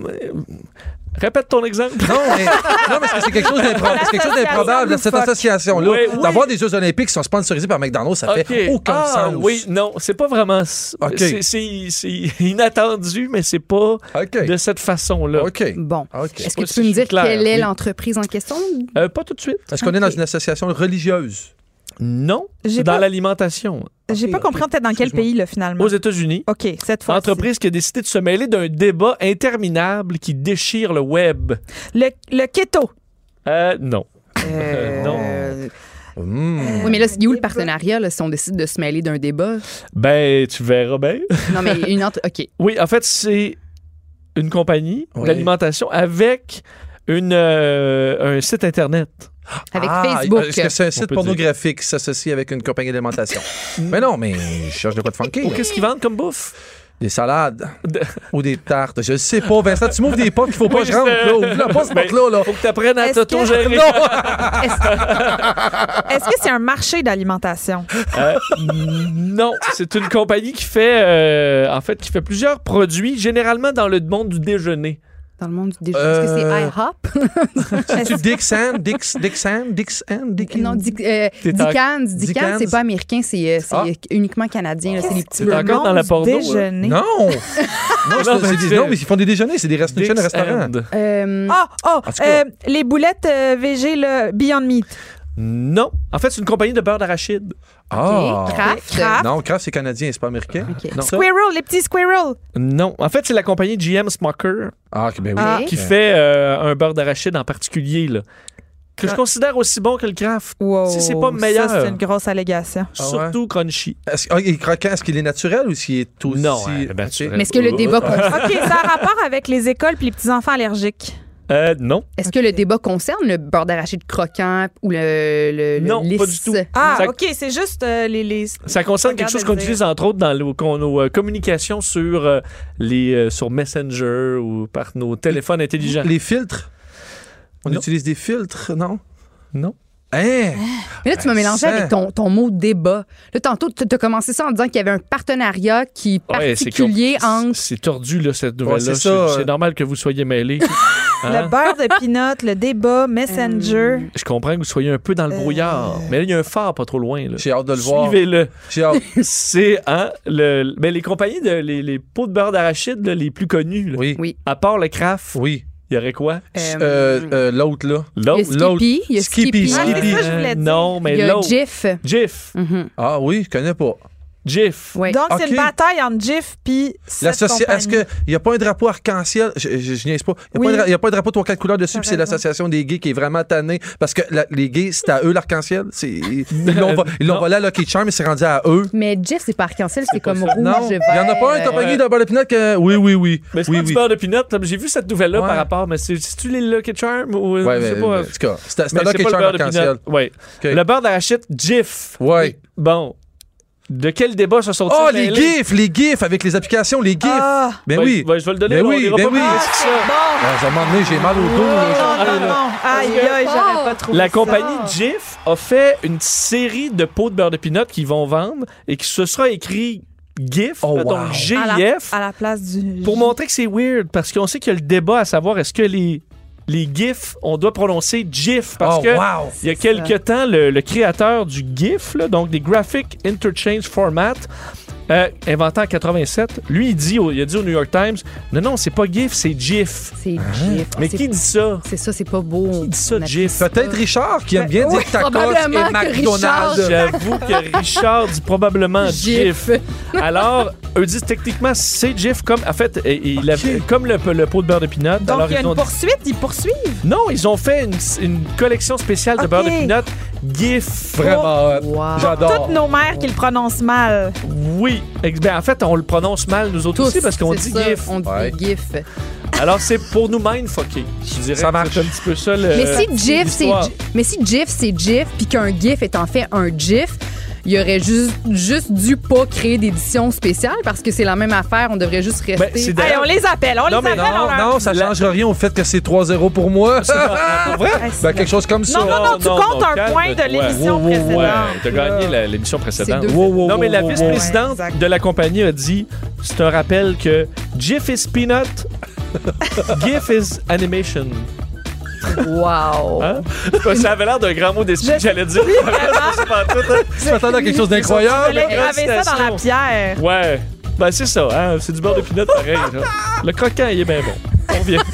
Répète ton exemple. Non, mais c'est quelque chose d'improbable, cette association-là. Oui. D'avoir des Jeux Olympiques qui sont sponsorisés par McDonald's, ça fait aucun sens. Oui, non, c'est pas vraiment. C'est inattendu, mais c'est pas de cette façon-là. OK. Bon. OK. Est-ce que Pas tu peux me si dire clair, quelle est oui. l'entreprise en question? Pas tout de suite. Est-ce qu'on est dans une association religieuse? Non, J'ai c'est dans pas- l'alimentation. J'ai pas compris peut-être dans quel Excuse-moi. pays, là, finalement. Aux États-Unis, OK, cette fois. entreprise qui a décidé de se mêler d'un débat interminable qui déchire le web. Le keto. Non. Non. Oui, mais là, il est où le partenariat, là, si on décide de se mêler d'un débat? Ben, tu verras bien. Non, mais OK. Oui, en fait, c'est une compagnie Oui. d'alimentation avec un site Internet. Avec Facebook. Est-ce que c'est un On site peut pornographique qui s'associe avec une compagnie d'alimentation? Mais non, mais je cherche de quoi de funky. Ou là. qu'est-ce qu'ils vendent comme bouffe? Des salades ou des tartes. Je sais pas, Vincent, tu m'ouvres des portes qu'il faut pas Oui, que je rentre, c'est- là. Ouvre-la pas, cette Ben, porte-là, là. Faut que tu apprennes à Est-ce t'auto-gérer. Est-ce que c'est un marché d'alimentation? Non, c'est une compagnie qui fait, qui fait plusieurs produits, généralement dans le monde du déjeuner. Dans le monde du déjeuner. Est-ce que c'est IHOP? C'est-tu Dixon? Non, Dickan, c'est pas américain, c'est uniquement canadien. là, c'est les petits C'est encore dans la porno. Déjeuner. Non! Non, mais ils font des déjeuners, c'est des chaînes de restaurants. Les boulettes VG, là, Beyond Meat. Non. En fait, c'est une compagnie de beurre d'arachide. Kraft. Non, Kraft, c'est canadien, c'est pas américain. OK. Non. Squirrel, les petits squirrels. Non. En fait, c'est la compagnie GM Smucker Ben oui. qui fait un beurre d'arachide en particulier, là, que je considère aussi bon que le Kraft. Wow, Si c'est pas meilleur. Ça, c'est une grosse allégation. Surtout crunchy. Il est croquant, est-ce qu'il est naturel ou s'il est aussi... Non, Ok. naturel. Mais est-ce que le débat OK, ça a rapport avec les écoles puis les petits-enfants allergiques. Non. Est-ce que le débat concerne le beurre d'arachide croquant ou le Non, lisse? pas du tout. Ah, Ça- OK, c'est juste les... Ça concerne quelque chose qu'on utilise entre autres dans nos communications sur Messenger ou par nos téléphones intelligents. Les filtres? On Non. utilise des filtres, non? Non. Hein? Mais là, tu m'as mélangé avec ton mot débat. Là, tantôt, tu as commencé ça en disant qu'il y avait un partenariat qui est Ouais, particulier entre... C'est tordu, là, cette nouvelle-là. c'est ça. C'est normal que vous soyez mêlés. Hein? Le beurre de peanut, le débat, Messenger. Je comprends que vous soyez un peu dans le brouillard. Mais là, il y a un phare pas trop loin. Là. J'ai hâte de le voir. Suivez-le. J'ai hâte. C'est les compagnies, les pots de beurre d'arachide là, les plus connues, là, Oui. à part le Kraft, Oui. il y aurait quoi? L'autre, là. Il y a Skippy. Il y a Skippy. Ah, c'est ça que je voulais dire. Non, mais Il y a l'autre. Jif. Jif. Ah oui, je connais pas. Jif. Ouais. Donc, c'est OK. une bataille entre Jif puis cette compagnie. Est-ce qu'il n'y a pas un drapeau arc-en-ciel? Je niaise pas. Il Oui. n'y a pas un drapeau de 3-4 couleurs dessus, T'as puis c'est raison. l'association des gays qui est vraiment tannée. Parce que les gays, c'est à eux l'arc-en-ciel. Ils l'ont volé à Lucky Charm, mais c'est rendu à eux. Mais Jif, c'est pas arc-en-ciel, c'est comme rouge, Non, il n'y en a pas un vert. compagnie de beurre de pinot que. Oui. Mais c'est Oui, pas du oui. beurre de peanut. Là, j'ai vu cette nouvelle-là Ouais. par rapport, mais c'est-tu les Lucky Charms ou Ouais, je sais mais, pas. en tout cas, c'était Mais Lucky c'est pas le Charm beurre de arc-en-ciel. peanut. Ouais. OK. Le beurre d'arachide, Jif. Ouais. Bon. De quel débat se sont-ils Oh, les mêlés? GIFs avec les applications, les GIFs. Ah! Ben Ouais, oui. je vais le donner. Ben là, on oui, ira ben pas oui. plus loin que ça. À un moment donné, j'ai mal au dos. là. Non. Aïe, j'aurais pas trouvé La ça. compagnie Jif a fait une série de pots de beurre de peanut qu'ils vont vendre et qui se sera écrit GIF, Oh, wow. donc GIF, À la place du... pour montrer que c'est weird, parce qu'on sait qu'il y a le débat à savoir est-ce que les GIFs, on doit prononcer GIF, parce Oh, que wow. il y a quelque temps, le créateur du GIF, là, donc des Graphic Interchange Format, inventé en 87. Lui, il a dit au New York Times, non, c'est pas GIF, c'est GIF. C'est GIF. Mais qui dit ça? C'est ça, c'est pas beau. Qui dit ça, GIF? Peut-être Richard, qui aime bien dire tacos et McDonald's. J'avoue que Richard dit probablement GIF. Alors, eux disent techniquement, c'est GIF comme, en fait, comme le pot de beurre de pinot. Donc, alors, il y a une poursuite, ils poursuivent? Non, ils ont fait une collection spéciale de beurre de pinot GIF. Vraiment, Wow. j'adore. Toutes nos mères qui le prononcent mal. Oui. Ben, en fait, on le prononce mal, nous autres aussi, parce qu'on dit ça, GIF. On dit GIF. Alors, c'est pour nous mindfucker. Je dirais Ça marche. c'est un petit peu ça Mais si GIF, c'est GIF, puis qu'un GIF est en fait un GIF, il aurait juste dû pas créer d'édition spéciale parce que c'est la même affaire. On devrait juste rester. Hey, on les appelle. Non, ça change rien au fait que c'est 3-0 pour moi. Pour vrai? Ben, quelque chose comme ça. Non, tu comptes un point de l'émission précédente. Ouais, t'as gagné l'émission précédente. C'est Non, mais la vice-présidente Ouais, de la compagnie a dit, c'est un rappel que GIF is peanut, GIF is animation. Wow. Hein? Ça avait l'air d'un grand mot d'esprit que j'allais dire. Tu m'attends à quelque chose d'incroyable. Je voulais graver ça dans la pierre. Ouais. Ben, c'est ça. Hein? C'est du beurre de pinot pareil. Là. Le croquant, il est bien bon. On vient.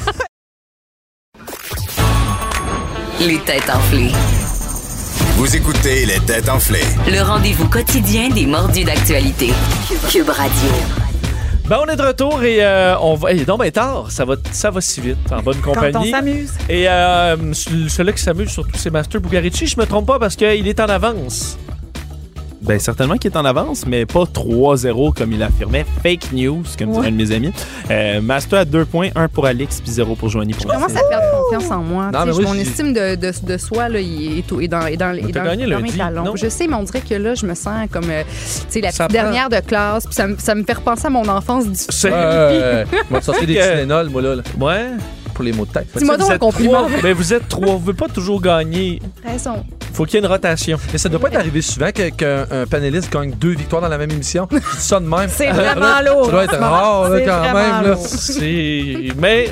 Les têtes enflées. Vous écoutez les têtes enflées. Le rendez-vous quotidien des mordus d'actualité. Cube Radio. Ben, on est de retour et on va. Il est donc bien tard. Ça va si vite, en bonne compagnie. Quand on s'amuse. Et celui-là qui s'amuse surtout, c'est Master Bugarici. Je me trompe pas parce qu'il est en avance. Ben, certainement qu'il est en avance, mais pas 3-0 comme il affirmait. Fake news, comme dirait un de mes amis. Master à 2 points, 1 pour Alex, puis 0 pour Joanie. Je commence à perdre confiance en moi. Non, mais oui, mon estime de soi là, il est dans mes talons. non? Je sais, mais on dirait que là, je me sens comme la Ça petite dernière de classe. Puis ça me fait repenser à mon enfance difficile. Moi, ça fait des Tylenol, moi, là, Ouais. pour les mots de tête. Dis-moi donc un compliment. Mais vous êtes 3. Vous ne pouvez pas toujours gagner. Raison. Faut qu'il y ait une rotation. Mais ça doit pas être arrivé souvent qu'un panéliste gagne 2 victoires dans la même émission. Je dis ça de même. C'est vraiment lourd. Ça doit être rare, là, C'est quand vraiment même. Là. C'est. Mais.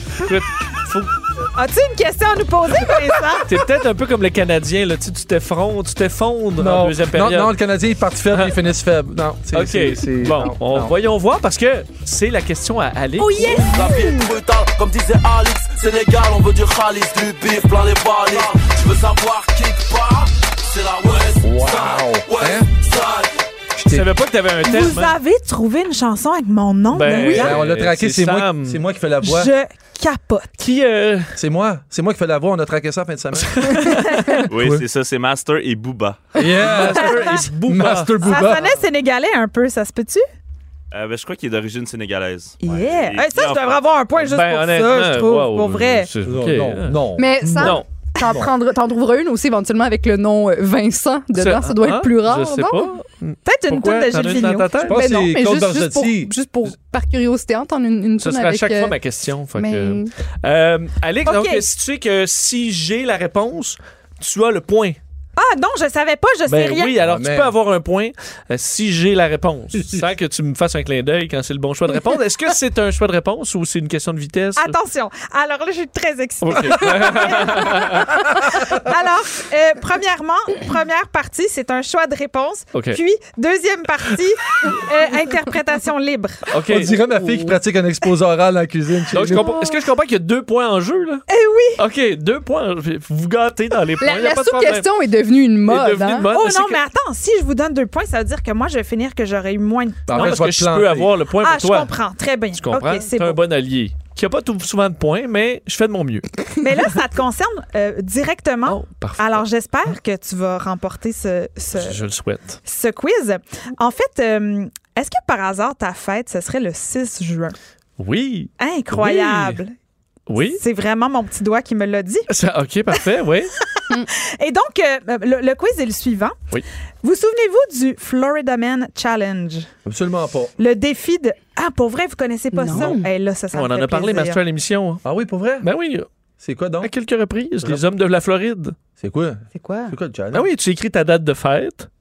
As-tu une question à nous poser, Vincent? T'es peut-être un peu comme les Canadiens, là. Tu t'effondres en deuxième période. Non, le Canadien, il part faible, il finit faible. Non, Voyons voir parce que c'est la question à Alex. Oh yes! La vie est brutale, comme disait Alex. Sénégal, on veut du khalis, du bif, plein les valises. Je veux savoir qui part. C'est la West Side, West Side. Je savais pas que t'avais un thème. Vous avez trouvé une chanson avec mon nom? Ben, oui. On l'a traqué, c'est Sam. moi qui fais la voix. Je capote. Qui. C'est moi qui fais la voix, on a traqué ça en fin de semaine. Oui, c'est ça, c'est Master et Booba. Yeah! Master Ça Booba. sonnait sénégalais un peu, ça se peut-tu? Ben, je crois qu'il est d'origine sénégalaise. Yeah! Et- Hey, ça, et je devrais avoir un point juste pour ça, je trouve. Pour vrai. Non. Mais ça, Non. t'en trouveras une aussi éventuellement avec le nom Vincent dedans. Ça doit être plus rare. Je sais non? pas. Peut-être une Pourquoi? toune de T'en as Gilles une dans Vigneault. ta tête? Je pense que non, c'est mais Claude juste Barzotti. pour par curiosité, entendre une Ce tune sera à avec... chaque fois ma question. Fait mais- que, Alex, Ok. donc, si tu sais que si j'ai la réponse, tu as le point. Ah non, je savais pas, je sais Ben rien. oui, alors Ah, tu mais- peux avoir un point si j'ai la réponse. Sans que tu me fasses un clin d'œil quand c'est le bon choix de réponse. Est-ce que c'est un choix de réponse ou c'est une question de vitesse? Attention. Alors là, je suis très excitée. OK. Alors, première partie, c'est un choix de réponse. OK. Puis, deuxième partie, interprétation libre. OK. On dirait ma fille qui pratique un exposé oral en cuisine. chez Donc, nous. est-ce que je comprends qu'il y a 2 points en jeu, là? Eh oui! OK, 2 points. Vous gâtez dans les points. La, y a la pas de problème. sous-question est devenue une mode. Est devenue hein? une mode. Oh Mais c'est non, que- mais attends, si je vous donne 2 points, ça veut dire que moi, je vais finir que j'aurais eu moins de En Non, fait, parce je vais que te je peux planter. avoir le point Ah, pour je toi. comprends. Très bien. Tu comprends? OK, c'est T'es un bon. bon allié. Qui n'a pas souvent de points, mais je fais de mon mieux. Mais là, ça te concerne directement. Oh, parfait. Alors, j'espère que tu vas remporter ce Je le souhaite. quiz. En fait, est-ce que par hasard, ta fête, ce serait le 6 juin? Oui. Incroyable. Oui. C'est vraiment mon petit doigt qui me l'a dit. OK, parfait, oui. Et donc, le quiz est le suivant. Oui. Vous souvenez-vous du Florida Man Challenge? Absolument pas. Le défi de... Ah, pour vrai, vous connaissez pas Non. ça? Eh, là, ça On me en fait a parlé, plaisir. Master, à l'émission. hein. Ah oui, pour vrai? Ben oui, C'est quoi à donc? quelques reprises. Les hommes de la Floride. C'est quoi? C'est quoi? C'est quoi le challenge? Ben oui, tu écris ta date de fête.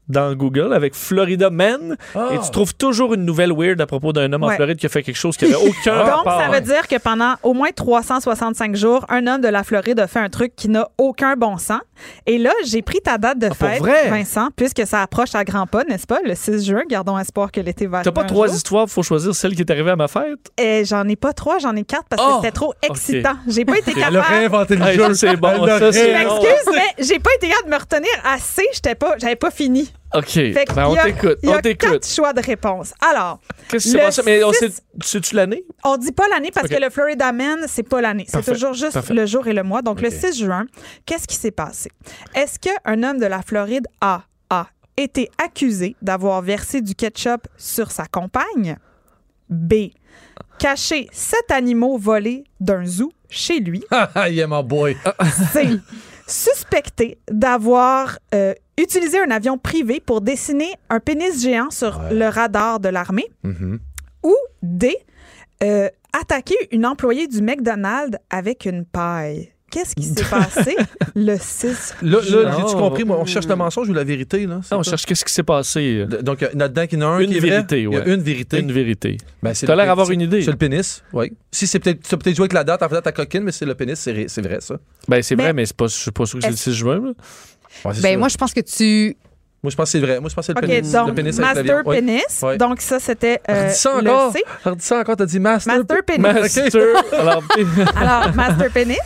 dans Google avec Florida Man et tu trouves toujours une nouvelle weird à propos d'un homme en Floride qui a fait quelque chose qui n'avait aucun rapport. Donc, ça veut dire que pendant au moins 365 jours, un homme de la Floride a fait un truc qui n'a aucun bon sens. Et là, j'ai pris ta date de fête, Vincent, puisque ça approche à grands pas, n'est-ce pas? Le 6 juin, gardons espoir que l'été va arriver. T'as pas 3 histoires, il faut choisir celle qui est arrivée à ma fête? J'en ai pas 3, j'en ai 4 parce que c'était trop excitant. J'ai pas été capable. Elle a réinventé le jeu. C'est bon. Je m'excuse, mais j'ai pas été capable de me retenir assez. J'avais pas fini. OK. On t'écoute. Il y a 4 choix de réponse. Alors, qu'est-ce qui s'est passé? Mais sais-tu l'année? On dit pas l'année parce que le Florida Man, c'est pas l'année. C'est toujours juste le jour et le mois. Donc, le 6 juin, qu'est-ce qui s'est passé? Est-ce qu'un homme de la Floride a été accusé d'avoir versé du ketchup sur sa compagne? B. Caché 7 animaux volés d'un zoo chez lui? Yeah, my boy. C. Suspecté d'avoir utilisé un avion privé pour dessiner un pénis géant sur le radar de l'armée. Ou D. Attaquer une employée du McDonald's avec une paille. Qu'est-ce qui s'est passé le 6 Là, j'ai-tu compris? Moi, on cherche le mensonge ou la vérité? Là? On cherche qu'est-ce qui s'est passé. Donc, là-dedans, il y en a un qui est vérité, vrai. Il y a une vérité. Une vérité. Ben, t'as l'air d'avoir une idée. C'est le pénis, oui. Si c'est peut-être, tu as peut-être joué avec la date en faisant ta coquine, mais c'est le pénis, c'est vrai, ça. Ben, c'est vrai, mais je suis pas sûr que c'est le 6 juin. Ben, moi, je pense que tu... Moi, je pense que c'est vrai. Moi, je pense que c'est le pénis. Donc, le pénis Master Pénis. Oui. Donc, ça, c'était le C. Redis ça encore, t'as dit Master Pénis. Master. Alors, Master Pénis.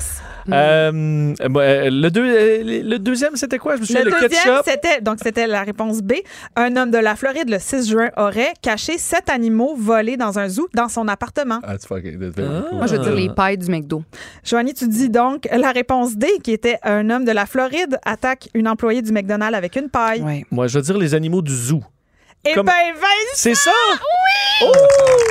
Le deuxième, c'était quoi? Je me souviens, le ketchup. C'était la réponse B. Un homme de la Floride, le 6 juin, aurait caché 7 animaux volés dans un zoo dans son appartement. Moi, je veux dire les pailles du McDo. Joanie, tu dis donc la réponse D, qui était un homme de la Floride attaque une employée du McDonald's avec une paille. Ouais. Moi, je veux dire les animaux du zoo. Eh ben, c'est ça? Oui! Oh!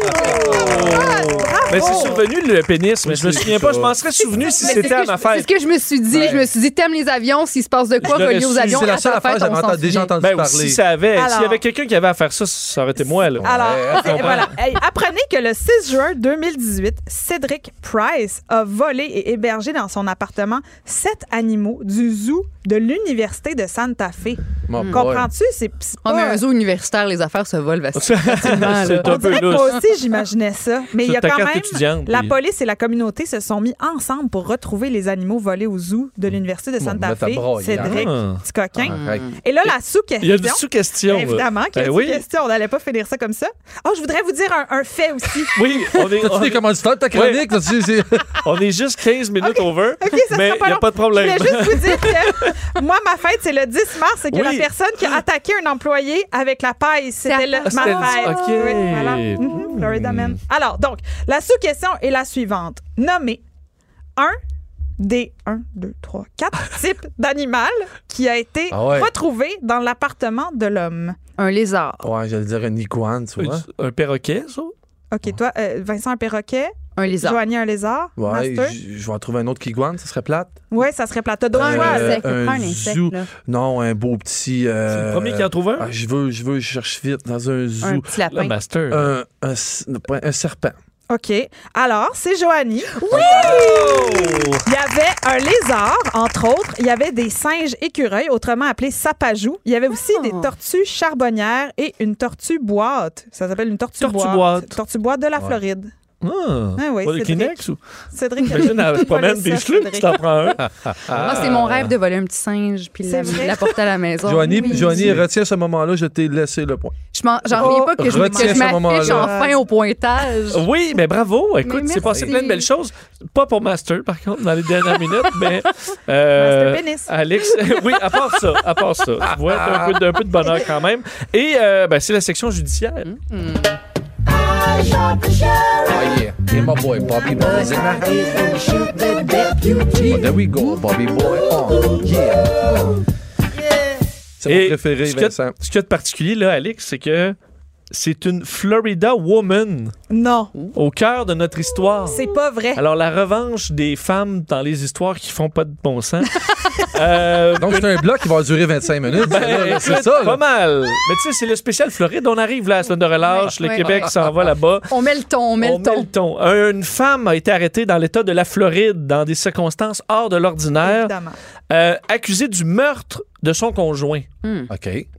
Mais c'est survenu le pénis, mais je me souviens pas. Je m'en serais souvenu si c'était à ma fête. C'est ce que je me suis dit. Je me suis dit, t'aimes les avions, s'il se passe de quoi relié aux avions. C'est la seule affaire, j'avais déjà entendu parler. S'il y avait quelqu'un qui avait à faire ça, ça aurait été moi. Là. Alors, voilà. Apprenez que le 6 juin 2018, Cédric Price a volé et hébergé dans son appartement 7 animaux du zoo de l'Université de Santa Fe. Comprends-tu? C'est pas... mais un zoo universitaire, les affaires se volent facilement. C'est un peu louche. Moi aussi, j'imaginais ça. Mais il y a quand même... La puis... police et la communauté se sont mis ensemble pour retrouver les animaux volés au zoo de l'Université de Santa Fe. Cédric, petit coquin. Et là, la sous-question... Il y a une sous-question. Évidemment qu'il y a une sous-question. On n'allait pas finir ça comme ça. Oh, je voudrais vous dire un fait aussi. Oui, T'as-tu des commanditaires ta chronique? On est juste 15 minutes over, mais il n'y a pas de problème. Je voulais juste vous dire que moi, ma fête, c'est le 10 mars et que la personne qui a attaqué un employé avec la paille, c'était ma fête. OK. Oui, voilà. Florida Man. Alors, donc, la sous-question est la suivante. Nommez un des 1, 2, 3, 4 types d'animal qui a été retrouvé dans l'appartement de l'homme. Un lézard. Ouais, j'allais dire un iguane, tu vois. Un perroquet, ça? OK, toi, Vincent, un perroquet. Un lézard. Joanie, un lézard. Ouais, je vais en trouver un autre qui iguane, ça serait plate. Oui, ça serait plate. T'as d'autres choix. Un insecte. Non, un beau petit. C'est le premier qui en trouve un? Je cherche vite dans un zoo. Un petit lapin. Le master. Un serpent. OK. Alors, c'est Joanie. Oui! Il y avait un lézard, entre autres. Il y avait des singes écureuils, autrement appelés sapajous. Il y avait aussi des tortues charbonnières et une tortue boîte. Ça s'appelle une tortue boîte. Tortue boîte de la Floride. Oui, pas de Kleenex ou? Cédric. Imagine, elle se promène des cheveux, tu t'en prends un. Moi, c'est mon rêve de voler un petit singe puis l'apporter à la maison. Joanie, retiens ce moment-là, je t'ai laissé le point. J'en reviens pas que je m'affiche enfin au pointage. Oui, mais bravo. Écoute, c'est passé plein de belles choses. Pas pour Master, par contre, dans les dernières minutes, mais... Master Pénis. Alex, oui, à part ça. Tu vois, un peu de bonheur quand même. Et c'est la section judiciaire. Oh yeah, yeah, my boy Bobby Boy's in the house. Oh, there we go, Bobby Boy. Oh yeah. C'est mon préféré, Vincent. Ce qu'il y a de particulier, là, Alex, c'est que c'est une Florida woman. Non. Au cœur de notre histoire. C'est pas vrai. Alors, la revanche des femmes dans les histoires qui font pas de bon sens. Donc, c'est un bloc qui va durer 25 minutes. C'est ça. Pas mal. Mais tu sais, c'est le spécial Floride. On arrive là, à la semaine de relâche. Le Québec s'en va là-bas. On met le ton. Une femme a été arrêtée dans l'État de la Floride dans des circonstances hors de l'ordinaire. Évidemment. Accusée du meurtre de son conjoint. OK.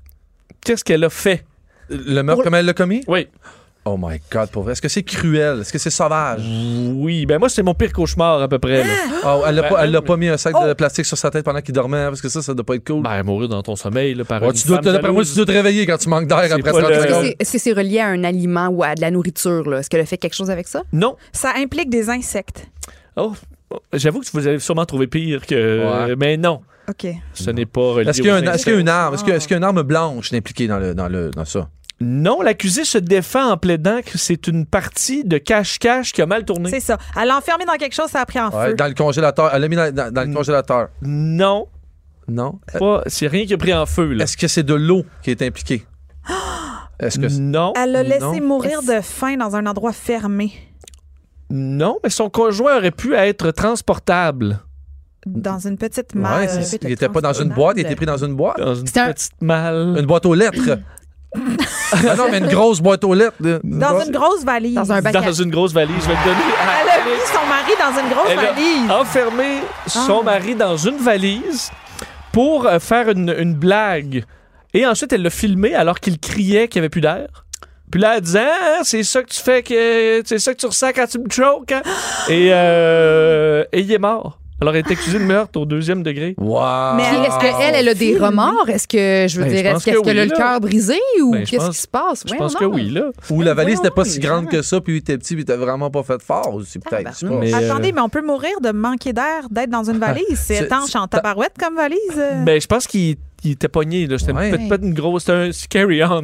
Qu'est-ce qu'elle a fait? Le meurtre, comment elle l'a commis? Oui. Oh my God, pour vrai. Est-ce que c'est cruel? Est-ce que c'est sauvage? Oui, ben moi, c'est mon pire cauchemar à peu près. Là. Oh, elle l'a pas mis un sac de plastique sur sa tête pendant qu'il dormait, parce que ça doit pas être cool. Ben, mourir dans ton sommeil, là, par une Tu dois te réveiller quand tu manques d'air après 30 secondes. Est-ce que c'est relié à un aliment ou à de la nourriture? Là? Est-ce qu'elle a fait quelque chose avec ça? Non. Ça implique des insectes. Oh, j'avoue que vous avez sûrement trouvé pire que... Ouais. Mais non. OK. Ce n'est pas relié Est-ce qu'il y a une arme? Est-ce qu'il y a une arme blanche impliquée dans ça? Non, l'accusé se défend en plaidant que c'est une partie de cache-cache qui a mal tourné. C'est ça. Elle l'a enfermé dans quelque chose, ça a pris en feu. Dans le congélateur. Elle l'a mis dans le congélateur. Non. Non? C'est rien qui a pris en feu, là. Est-ce que c'est de l'eau qui est impliquée? Est-ce que non. Elle l'a laissé mourir de faim dans un endroit fermé. Non, mais son conjoint aurait pu être transportable. Dans une petite malle. Il n'était pas dans une boîte, il était pris dans une boîte. Dans une petite malle. Une boîte aux lettres. Non, mais une grosse boîte aux lettres. Dans une grosse valise. Dans un bac Dans une grosse valise, je vais te donner. Elle a mis son mari dans une grosse valise. Elle a enfermé son mari dans une valise pour faire une blague. Et ensuite, elle l'a filmé alors qu'il criait qu'il n'y avait plus d'air. Puis là, elle disait, c'est ça que tu fais, c'est ça que tu ressens quand tu me choques. Hein? Et il est mort. Alors, elle est accusée de meurtre au 2e degré. Wow! Mais est-ce qu'elle a des remords? Est-ce que, je veux dire, est-ce qu'elle a le cœur brisé ou qu'est-ce qui se passe? Je pense que oui, là. Ou la valise n'était pas si grande que ça, puis il était petit, puis il était vraiment pas fait fort aussi, peut-être. Mais attendez, mais on peut mourir de manquer d'air, d'être dans une valise. C'est étanche en tabarouette comme valise? Ben, je pense qu'il était pogné, là. C'était peut-être pas une grosse... C'était un carry-on.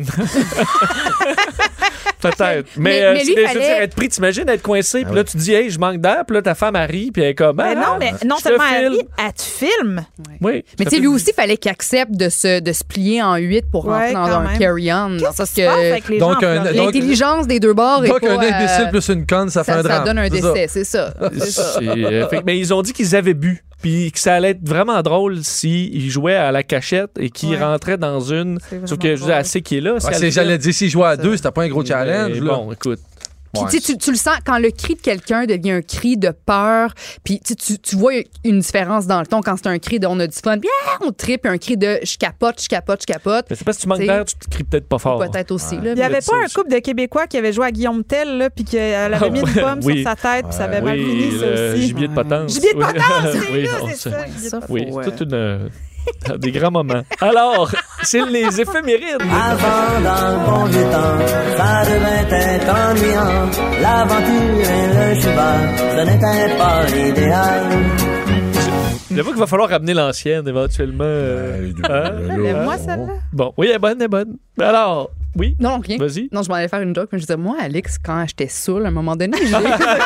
Peut-être. Mais lui, fallait... être pris, t'imagines être coincé, puis là, tu dis, hey, je manque d'air, puis là, ta femme arrive, puis elle est comme. Ben non, mais non seulement elle arrive, elle te filme. Oui. Mais tu sais, lui aussi, il fallait qu'il accepte de se plier en 8 pour rentrer dans un carry-on. Qu'est-ce qui se passe avec les gens? L'intelligence des deux bords est pas... Donc, un imbécile plus une conne, ça fait un drame. Ça donne un décès, c'est ça. Mais ils ont dit qu'ils avaient bu. Puis que ça allait être vraiment drôle s'ils jouaient à la cachette et qu'ils rentraient dans une... Sauf que je veux dire, elle sait qui est là. J'allais dire, s'ils jouaient à 2, c'était pas un gros challenge. Bon, écoute. Puis tu le sens, quand le cri de quelqu'un devient un cri de peur, puis tu vois une différence dans le ton quand c'est un cri de on a du fun, puis on tripe, un cri de je capote. Mais c'est parce que tu manques d'air, tu te cries peut-être pas fort. Peut-être aussi. Là, il n'y avait pas un couple de Québécois qui avait joué à Guillaume Tell, là, puis qu'elle avait mis une pomme sur sa tête, puis ça avait mal fini, ça aussi. Gibier de potence. Gibier de potence, c'est ça. Oui, c'est toute une... des grands moments. Alors, c'est les éphémérides. Avant, dans le bon vieux temps, ça devait être ennuyant. L'aventure et le cheval, ce n'était pas l'idéal. J'avoue qu'il va falloir ramener l'ancienne, éventuellement. Moi, celle-là? Bon, oui, elle est bonne. Alors, oui. Non, rien. Vas-y. Non, je m'en allais faire une joke, mais je disais, moi, Alex, quand j'étais saoule, à un moment donné, Qui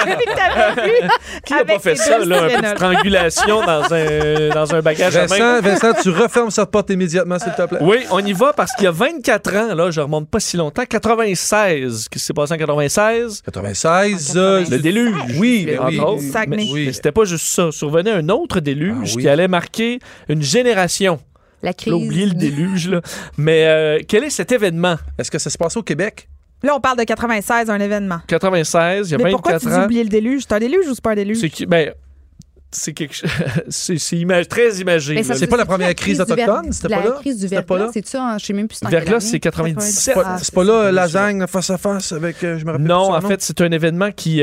a pas fait ça, là, un peu de strangulation dans un bagage à main? Vincent, tu refermes cette porte immédiatement, s'il te plaît. Oui, on y va parce qu'il y a 24 ans, là, je remonte pas si longtemps, 96. Qu'est-ce qui s'est passé en 96? 96, le déluge. Oui, entre autres. Mais c'était pas juste ça. Survenait un autre déluge qui allait marquer une génération. La crise. J'ai oublié le déluge, là. Mais quel est cet événement? Est-ce que ça se passe au Québec? Là, on parle de 96, un événement. 96, il y a 24 ans. Mais pourquoi tu dis oublier le déluge? C'est un déluge ou c'est pas un déluge? C'est quelque chose. C'est très imagé. C'est pas la première crise autochtone? C'était pas là? La crise du verglas, c'est ça? Je sais même plus si c'est verglas, c'est 97. C'est pas là, lasagne face à face avec. Je me rappelle. Non, en fait, c'est un événement qui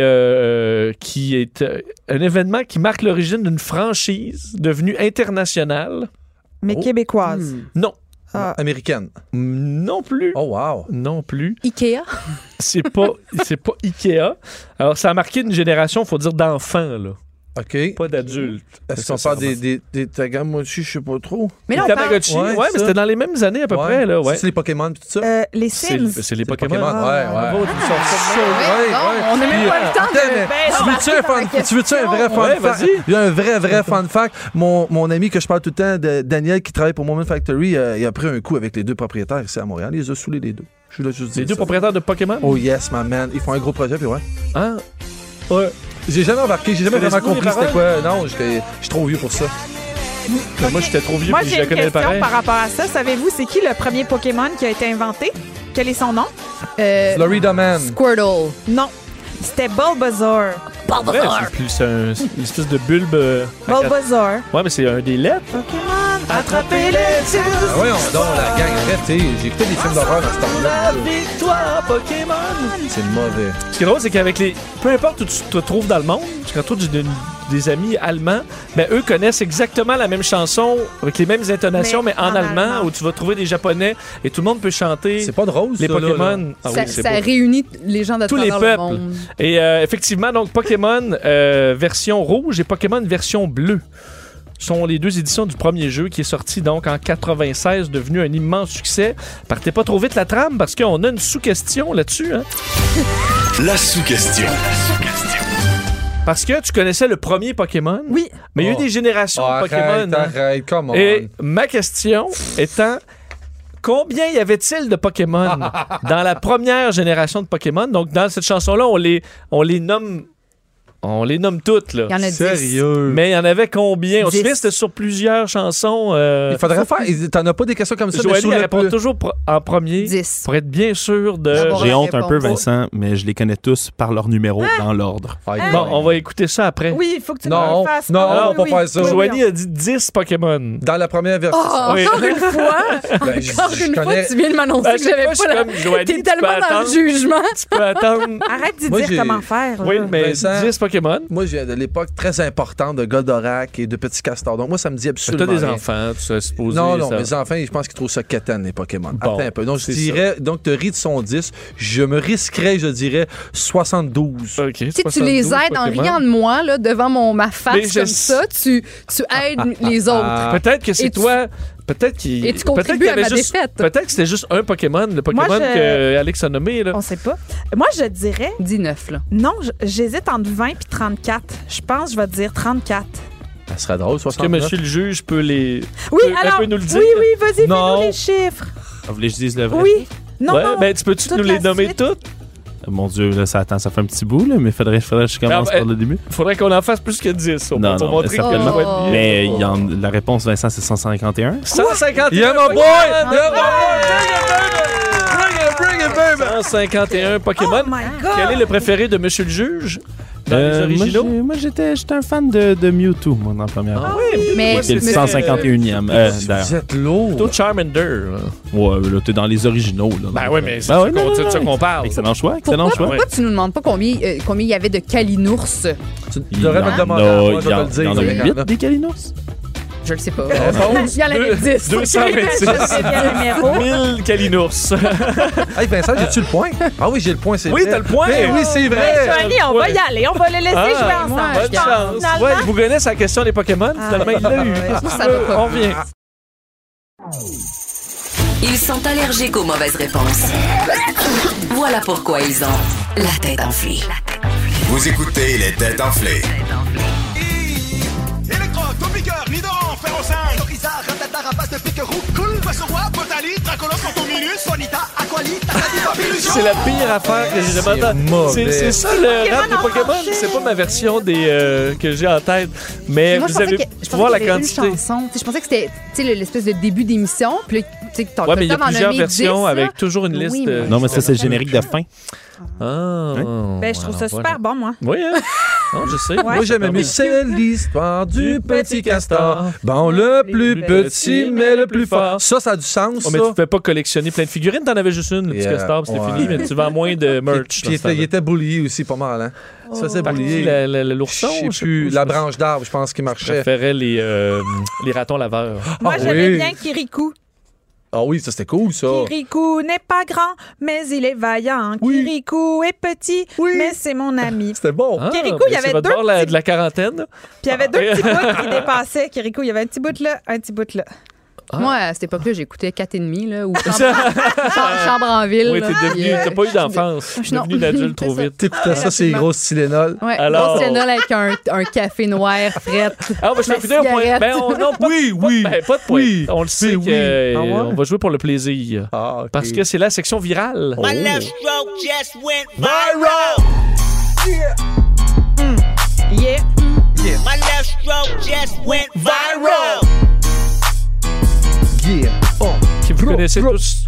est un événement qui marque l'origine d'une franchise devenue internationale. Mais québécoise. Non. Américaine. Non plus. Oh, wow. Non plus. Ikea? C'est pas Ikea. Alors, ça a marqué une génération, il faut dire, d'enfants, là. OK. Pas d'adultes. Est-ce qu'on parle des Tamagotchi, je sais pas trop. Mais non, les Tamagotchi, mais c'était dans les mêmes années à peu près, là. Ouais. C'est les Pokémon et tout ça? Les Sims. C'est les Pokémon. Ouais. On n'a même pas le temps de... Tu veux-tu un vrai fun fact? Il y a un vrai fun fact. Mon ami que je parle tout le temps, Daniel, qui travaille pour Moment Factory, il a pris un coup avec les deux propriétaires ici à Montréal. Il les a saoulés les deux. Je voulais juste dire les deux propriétaires de Pokémon? Oh yes, my man. Ils font un gros projet, puis ouais. Ah, ouais. J'ai jamais embarqué, j'ai jamais vraiment compris c'était quoi. Non, je suis trop vieux pour ça. Moi, j'étais trop vieux, moi, puis je j'ai la une connais question pareil. par rapport à ça. Savez-vous, c'est qui le premier Pokémon qui a été inventé? Quel est son nom? Florida Man. Squirtle. Non. C'était Bulbasaur. C'est une espèce de bulbe. Bulbasaur. Ouais, mais c'est un des lettres. Pokémon, attrapez-les tous. Voyons donc, la gang j'ai écouté des films d'horreur dans ce temps-là. La victoire Pokémon! C'est mauvais. Ce qui est drôle, c'est qu'avec les... Peu importe où tu te trouves dans le monde, parce que quand j'ai des amis allemands, ben eux connaissent exactement la même chanson avec les mêmes intonations, mais en allemand, où tu vas trouver des Japonais et tout le monde peut chanter. C'est pas drôle, les Pokémon. Là. Ah, ça réunit les gens de tous les travers peuples. le monde. Et effectivement, donc Pokémon version rouge et Pokémon version bleue sont les deux éditions du premier jeu qui est sorti donc en 96, devenu un immense succès. Partez pas trop vite la trame parce qu'on a une sous-question là-dessus. Hein? La sous-question. Parce que tu connaissais le premier Pokémon. Oui. Mais il y a eu des générations de Pokémon. Arrête, come on. Et ma question étant, combien y avait-il de Pokémon dans la première génération de Pokémon? Donc, dans cette chanson-là, on les nomme... On les nomme toutes, là. Il y en a 10. Sérieux? Mais il y en avait combien? On se 10. souvient, c'était sur plusieurs chansons. Il faudrait faire... T'en as pas des questions comme ça? Joanie répond toujours en premier 10. pour être bien sûr de... D'avoir J'ai la honte un peu, réponse. Vincent, mais je les connais tous par leur numéro dans l'ordre. Bon, on va écouter ça après. Oui, il faut que tu Non, le fasses. non, Ah, on va oui, pas oui. faire ça. Oui, Joanie a dit 10 Pokémon. Dans la première version. Oh, Oui. encore une fois! Ben, Encore je une fois, connais- tu viens de m'annoncer Ben, que j'avais moi, je suis pas la... comme Joanie, T'es tu tellement peux dans le attendre. jugement. Tu peux attendre. Arrête de Moi, dire j'ai- comment faire. Oui, là. mais Vincent. 10 Pokémon. Moi, je viens de l'époque très importante de Goldorak et de Petit Castor. Donc, moi, ça me dit Tu absolument as des rien. enfants, tu serais supposé. Non, ça. mes enfants, je pense qu'ils trouvent ça quétaine, les Pokémon. Bon, Attends un peu. Donc, je c'est dirais, donc, tu ris de son 10. Je me risquerais, je dirais, 72. OK, Tu sais, tu les aides en riant de moi, là, devant ma face Mais je comme ça. Tu aides les autres. Peut-être que c'est Et tu- toi. Peut-être qu'il. Et tu peut-être contribues qu'il y à avait ma juste- défaite. Peut-être que c'était juste un Pokémon, le Pokémon Moi, je- que Alex a nommé. Là. On sait pas. Moi, je dirais... 19, là. Non, j'hésite entre 20 et 34. Je pense que je vais dire 34. Ça serait drôle, Est-ce que 69. monsieur le juge peut les. Oui, peut- alors... peut nous le dire? Oui, oui, vas-y, Non. fais-nous les chiffres. Vous voulez que je dise le vrai? Oui. Non, Ouais, non. ben, tu peux-tu toute nous les la nommer suite. toutes? Mon Dieu, là, ça fait un petit bout, là, mais faudrait que je commence Ben, par le début. Faudrait qu'on en fasse plus que 10. Pour Non, montrer certainement. qu'on va être bien. Mais la réponse, Vincent, c'est 151. 151 Yeah, my boy! Pokémon! Yeah, Bring it, baby! 151 Pokémon. Oh my God. Quel est le préféré de monsieur le juge? Dans les originaux? Moi, j'étais un fan de Mewtwo, moi, dans la première. Ah oui, Mais C'est le mais- 151e. D'ailleurs. Vous êtes lourd. Plutôt Charmander. là. Ouais, là, t'es dans les originaux. Là, Ben donc, oui, mais c'est ben ouais, de non, ça non, qu'on parle. Excellent choix, excellent choix. Pourquoi tu nous demandes pas combien il y avait de Kalinours? Tu devrais me demander à moi, je vais te le Il y en a dire. 8 des Kalinours. Je le sais pas. Réponse, Il y en avait 10. 226 1000 Kalinours. Hey Vincent, j'ai-tu le point? Ah oui, j'ai le point, c'est Oui, vrai. t'as le point. Ben oui, c'est vrai. Joanie, on va y aller. On va les laisser jouer Ah, ensemble. bonne Je pense, chance. finalement. Ouais, vous connaissez la question des Pokémon. Finalement, il l'a eu. Ça va pas. On revient. Ils sont allergiques aux mauvaises réponses. Voilà pourquoi ils ont la tête enflée. Vous écoutez les têtes enflées. Électro, Topiqueur, Nidoran, Ferro-5, Norizard, Ratata, Rapace de Piquerou, Cool, Poisson-Roi, Potali, Dracolos, Contomilus, Bonita, Aquali, Tatati, Papillusion. C'est la pire affaire que j'ai jamais entendue. C'est ça le rap des Pokémon. C'est pas ma version que j'ai en tête. Mais Moi, je vous pensais allez qu'il y voir la avait une quantité. chanson. Tu sais, je pensais que c'était l'espèce de début d'émission. Puis là, tu sais, Ouais, mais il y a comme en plusieurs nommer versions 10, là. avec toujours une liste. Oui, mais- Non, mais ça, c'est le générique de fin. Ah. Ben, je trouve ça voilà. super bon, moi. Oui, hein? Non, je sais. Moi, j'aimais mieux. C'est l'histoire du petit castor. Bon, le plus petit, mais le plus fort. Ça a du sens, Oh, ça. mais tu pouvais pas collectionner plein de figurines. T'en avais juste une, le petit Yeah. castor, puis c'était Ouais. fini. Mais tu vends moins de merch. Puis il était bullié aussi pas mal, hein. Ça, c'est bullié. L'ourson? Je sais plus. La branche d'arbre, je pense qu'il Je marchait. préférais les ratons laveurs. Moi, Ah j'aimais oui. bien Kirikou. Ah oui, ça, c'était cool, ça. Kirikou n'est pas grand, mais il est vaillant. Oui. Kirikou est petit, mais c'est mon ami. C'était bon. Ah, Kirikou, il y mais avait c'est votre deux bord de la quarantaine. Puis il y avait deux petits bouts qui dépassaient. Kirikou, il y avait un petit bout là, un petit bout là. Moi, à cette époque-là, j'écoutais 4,5 là, ou Chambre en ville. Oui, là, t'es puis, devenu. T'as pas eu d'enfance. T'es non. devenu une adulte trop C'est ça. vite. T'écoutais ça, c'est gros Tylenol. Ouais, Alors- grosse Tylenol avec un café noir fret. Ah, ben, je La vais écouter un point. cigarette. Ben, non, pas, Oui. ben, pas de point. Oui. On le sait Oui. que Ah ouais? on va jouer pour le plaisir. Ah, ok. Parce que c'est la section virale. My left stroke just went viral. Yeah. My left stroke just went viral. Yeah. Oh. Que vous connaissez tous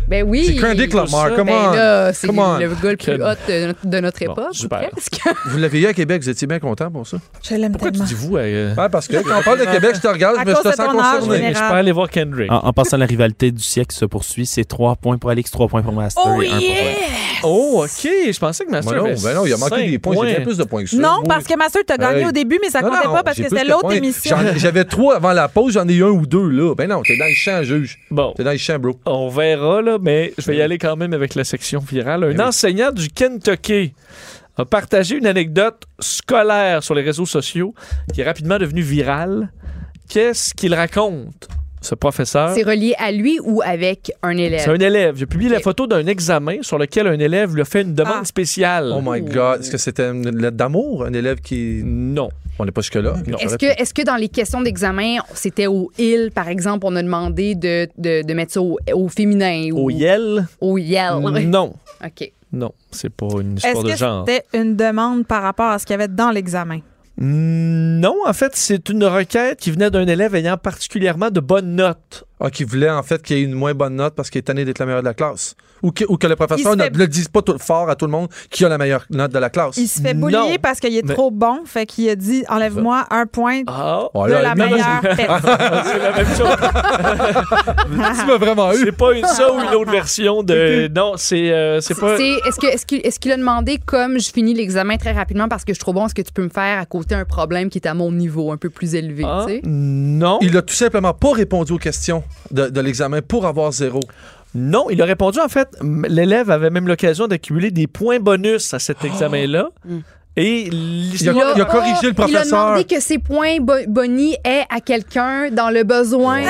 Ben oui. C'est Kendrick Lamar, comment? Ben là, c'est le gars le plus hot de notre époque, super. presque. Vous l'avez eu à Québec, vous étiez bien content pour ça? Je l'aime Pourquoi tellement. tu dis vous? Parce que quand on parle de Québec, je te regarde, je me cause de sens ton âge, concerné. général. Je peux aller voir Kendrick. En passant, la rivalité du siècle se poursuit. C'est 3 points pour Alex, 3 points pour Master et 1 pour Red. Oh, OK. Je pensais que Master avait Ben non, il a manqué 5 des points. J'ai bien plus de points que ça. Non, Oui. parce que Master, t'as gagné au début, mais ça Non, comptait non, pas parce j'ai que plus c'était de l'autre points. émission. J'avais 3 avant la pause, j'en ai eu 1 ou 2 là. Ben non, t'es dans le champ, juge. Bon. T'es dans le champ, bro. On verra, là, mais je vais y aller quand même avec la section virale. Un enseignant du Kentucky a partagé une anecdote scolaire sur les réseaux sociaux qui est rapidement devenue virale. Qu'est-ce qu'il raconte, ce professeur? C'est relié à lui ou avec un élève? C'est un élève. J'ai publié la photo d'un examen sur lequel un élève lui a fait une demande spéciale. Oh my God. Est-ce que c'était une lettre d'amour? Un élève qui... Non. On n'est pas jusque-là. Est-ce que dans les questions d'examen, c'était au il, par exemple, on a demandé de mettre ça au féminin? Au yel? Au yel. Non. OK. Non, c'est pas une histoire de Est-ce que genre. c'était une demande par rapport à ce qu'il y avait dans l'examen? Non, en fait, c'est une requête qui venait d'un élève ayant particulièrement de bonnes notes. Ah, qui voulait en fait qu'il y ait une moins bonne note parce qu'il est tanné d'être le meilleur de la classe. Ou que le professeur ne le dise pas tout fort à tout le monde qui a la meilleure note de la classe. Il se fait boulier parce qu'il est trop bon, fait qu'il a dit enlève-moi 1 point de la meilleure personne. C'est la même chose. Tu m'as vraiment eu. C'est pas ça ou une autre version de. Non, c'est pas. Est-ce qu'il a demandé, comme je finis l'examen très rapidement parce que je suis trop bon, est-ce que tu peux me faire à côté un problème qui est à mon niveau, un peu plus élevé? Tu sais? Non. Il a tout simplement pas répondu aux questions de l'examen pour avoir 0. Non, il a répondu, en fait, l'élève avait même l'occasion d'accumuler des points bonus à cet examen-là. Et il a corrigé le professeur. Il a demandé que ses points bonus aient à quelqu'un dans le besoin.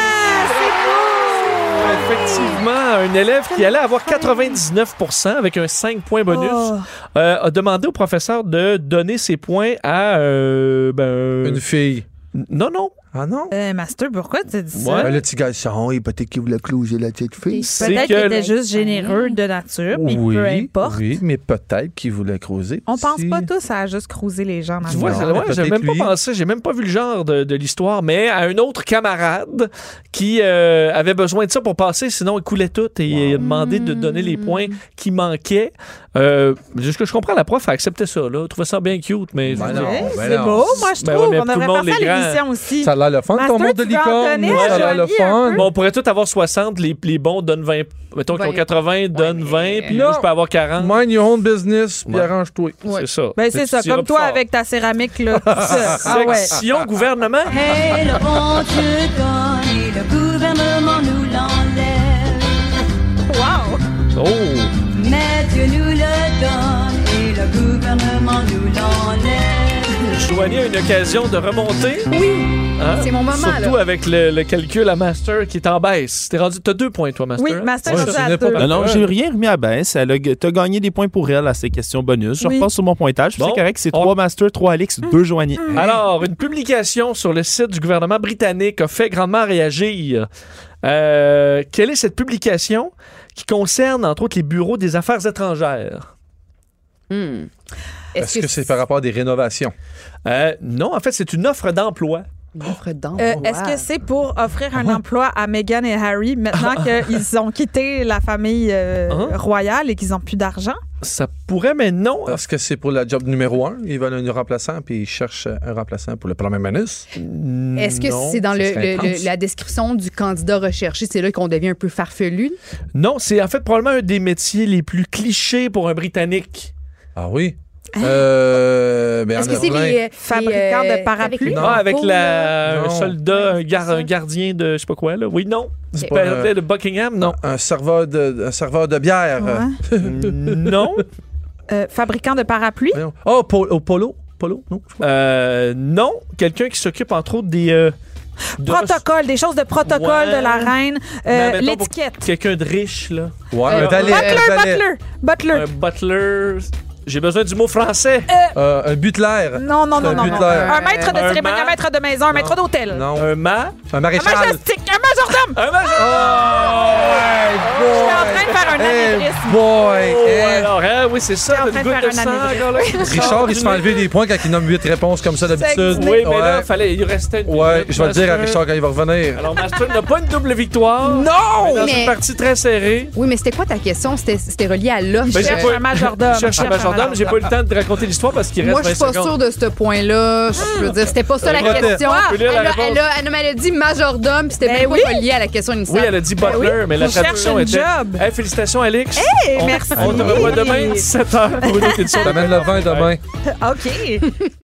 Effectivement, un élève qui allait avoir 99% avec un 5 points bonus a demandé au professeur de donner ses points à une fille. Non. Ah non? Master, pourquoi tu dis ça? Ouais. Le petit garçon, il peut-être qu'il voulait clouser la petite fille. Peut-être qu'il était juste généreux de nature, puis peu importe. Oui, mais peut-être qu'il voulait creuser. On pense pas tous à juste creuser les gens dans Tu vois, j'ai même pas pensé, j'ai même pas vu le genre de l'histoire, mais à un autre camarade qui avait besoin de ça pour passer, sinon il coulait tout et il a demandé de donner les points qui manquaient. Ce que je comprends, la prof a accepté ça, là. Elle trouvait ça bien cute, mais... c'est beau, moi, je trouve. On devrait faire ça à l'émission aussi. Ça a l'air le fun, ton monde de licorne. Ça a l'air le fun. Bon, on pourrait tous avoir 60, les bons donnent 20. Mettons qu'ils ont 80, donnent 20, puis moi, je peux avoir 40. Mind your own business, puis arrange-toi. C'est ça. Ben, c'est ça, comme toi avec ta céramique, là. Section gouvernement. Hey, le bon Dieu donne et le gouvernement nous l'enlève. Wow! Oh! Mais Dieu nous le donne et le gouvernement nous l'enlève. Joanie a une occasion de remonter. Oui! Hein? C'est mon moment, Surtout avec le calcul à Master qui est en baisse. T'as 2 points, toi, Master. Oui, Master, à 2. Non, j'ai rien remis à baisse. T'as gagné des points pour elle à ces questions bonus. Je repasse sur mon pointage. C'est correct, c'est 3 Master, 3 Alex, 2 Joanie. Alors, une publication sur le site du gouvernement britannique a fait grandement réagir. Quelle est cette publication qui concerne, entre autres, les bureaux des affaires étrangères? Est-ce que c'est par rapport à des rénovations? Non, en fait, c'est une offre d'emploi. Est-ce que c'est pour offrir un emploi à Meghan et Harry maintenant qu'ils ont quitté la famille royale et qu'ils n'ont plus d'argent? Ça pourrait, mais non. Est-ce que c'est pour la job numéro 1? Ils veulent un remplaçant, puis ils cherchent un remplaçant pour le premier ministre? Est-ce que c'est dans la description du candidat recherché? C'est là qu'on devient un peu farfelu? Non, c'est en fait probablement un des métiers les plus clichés pour un Britannique. Ah oui? Est-ce que c'est les fabricants de parapluies? Non, avec un soldat, un gardien de je sais pas quoi, là. Oui, non. C'est pas de Buckingham, non. Un serveur de bière. Ouais. Non. Fabricant de parapluies? Oh, Polo? Non. Non. Quelqu'un qui s'occupe, entre autres, des... protocole, des choses de protocole de la reine. L'étiquette. Quelqu'un de riche, là. Ouais, Butler. Un butler... J'ai besoin du mot français. Un butelaire. Non. Un butelaire. Un maître de cérémonie, un maître de maison, un maître d'hôtel. Non. Un Un maréchal. Un majestic, un majordome. Un Je suis en train de faire un anévrisme. Alors, oui, c'est ça. Je suis en train de faire un anévrisme. Richard, il se fait enlever des points quand il nomme 8 réponses comme ça d'habitude. Oui, mais là, il restait une minute, je vais le dire à Richard quand il va revenir. Alors, Master n'a pas une double victoire. Non! Mais dans une partie très serrée. Oui, mais c'était quoi ta question? C'était relié à l'offre. Ben, Je cherche un majordome. Je cherche un majordome. J'ai pas eu le temps de raconter l'histoire parce qu'il reste 20 secondes. Moi, je suis pas sûre de ce point-là. Je veux dire, c'était pas ça la question. Elle a dit majordome, puis c'était même pas relié à la question initiale. Oui, elle a dit butler, mais la traduction était... Hey, félicitations, Alex. Hey, merci. On te revoit demain, 17h, pour une autre édition. T'amènes le vin demain. OK.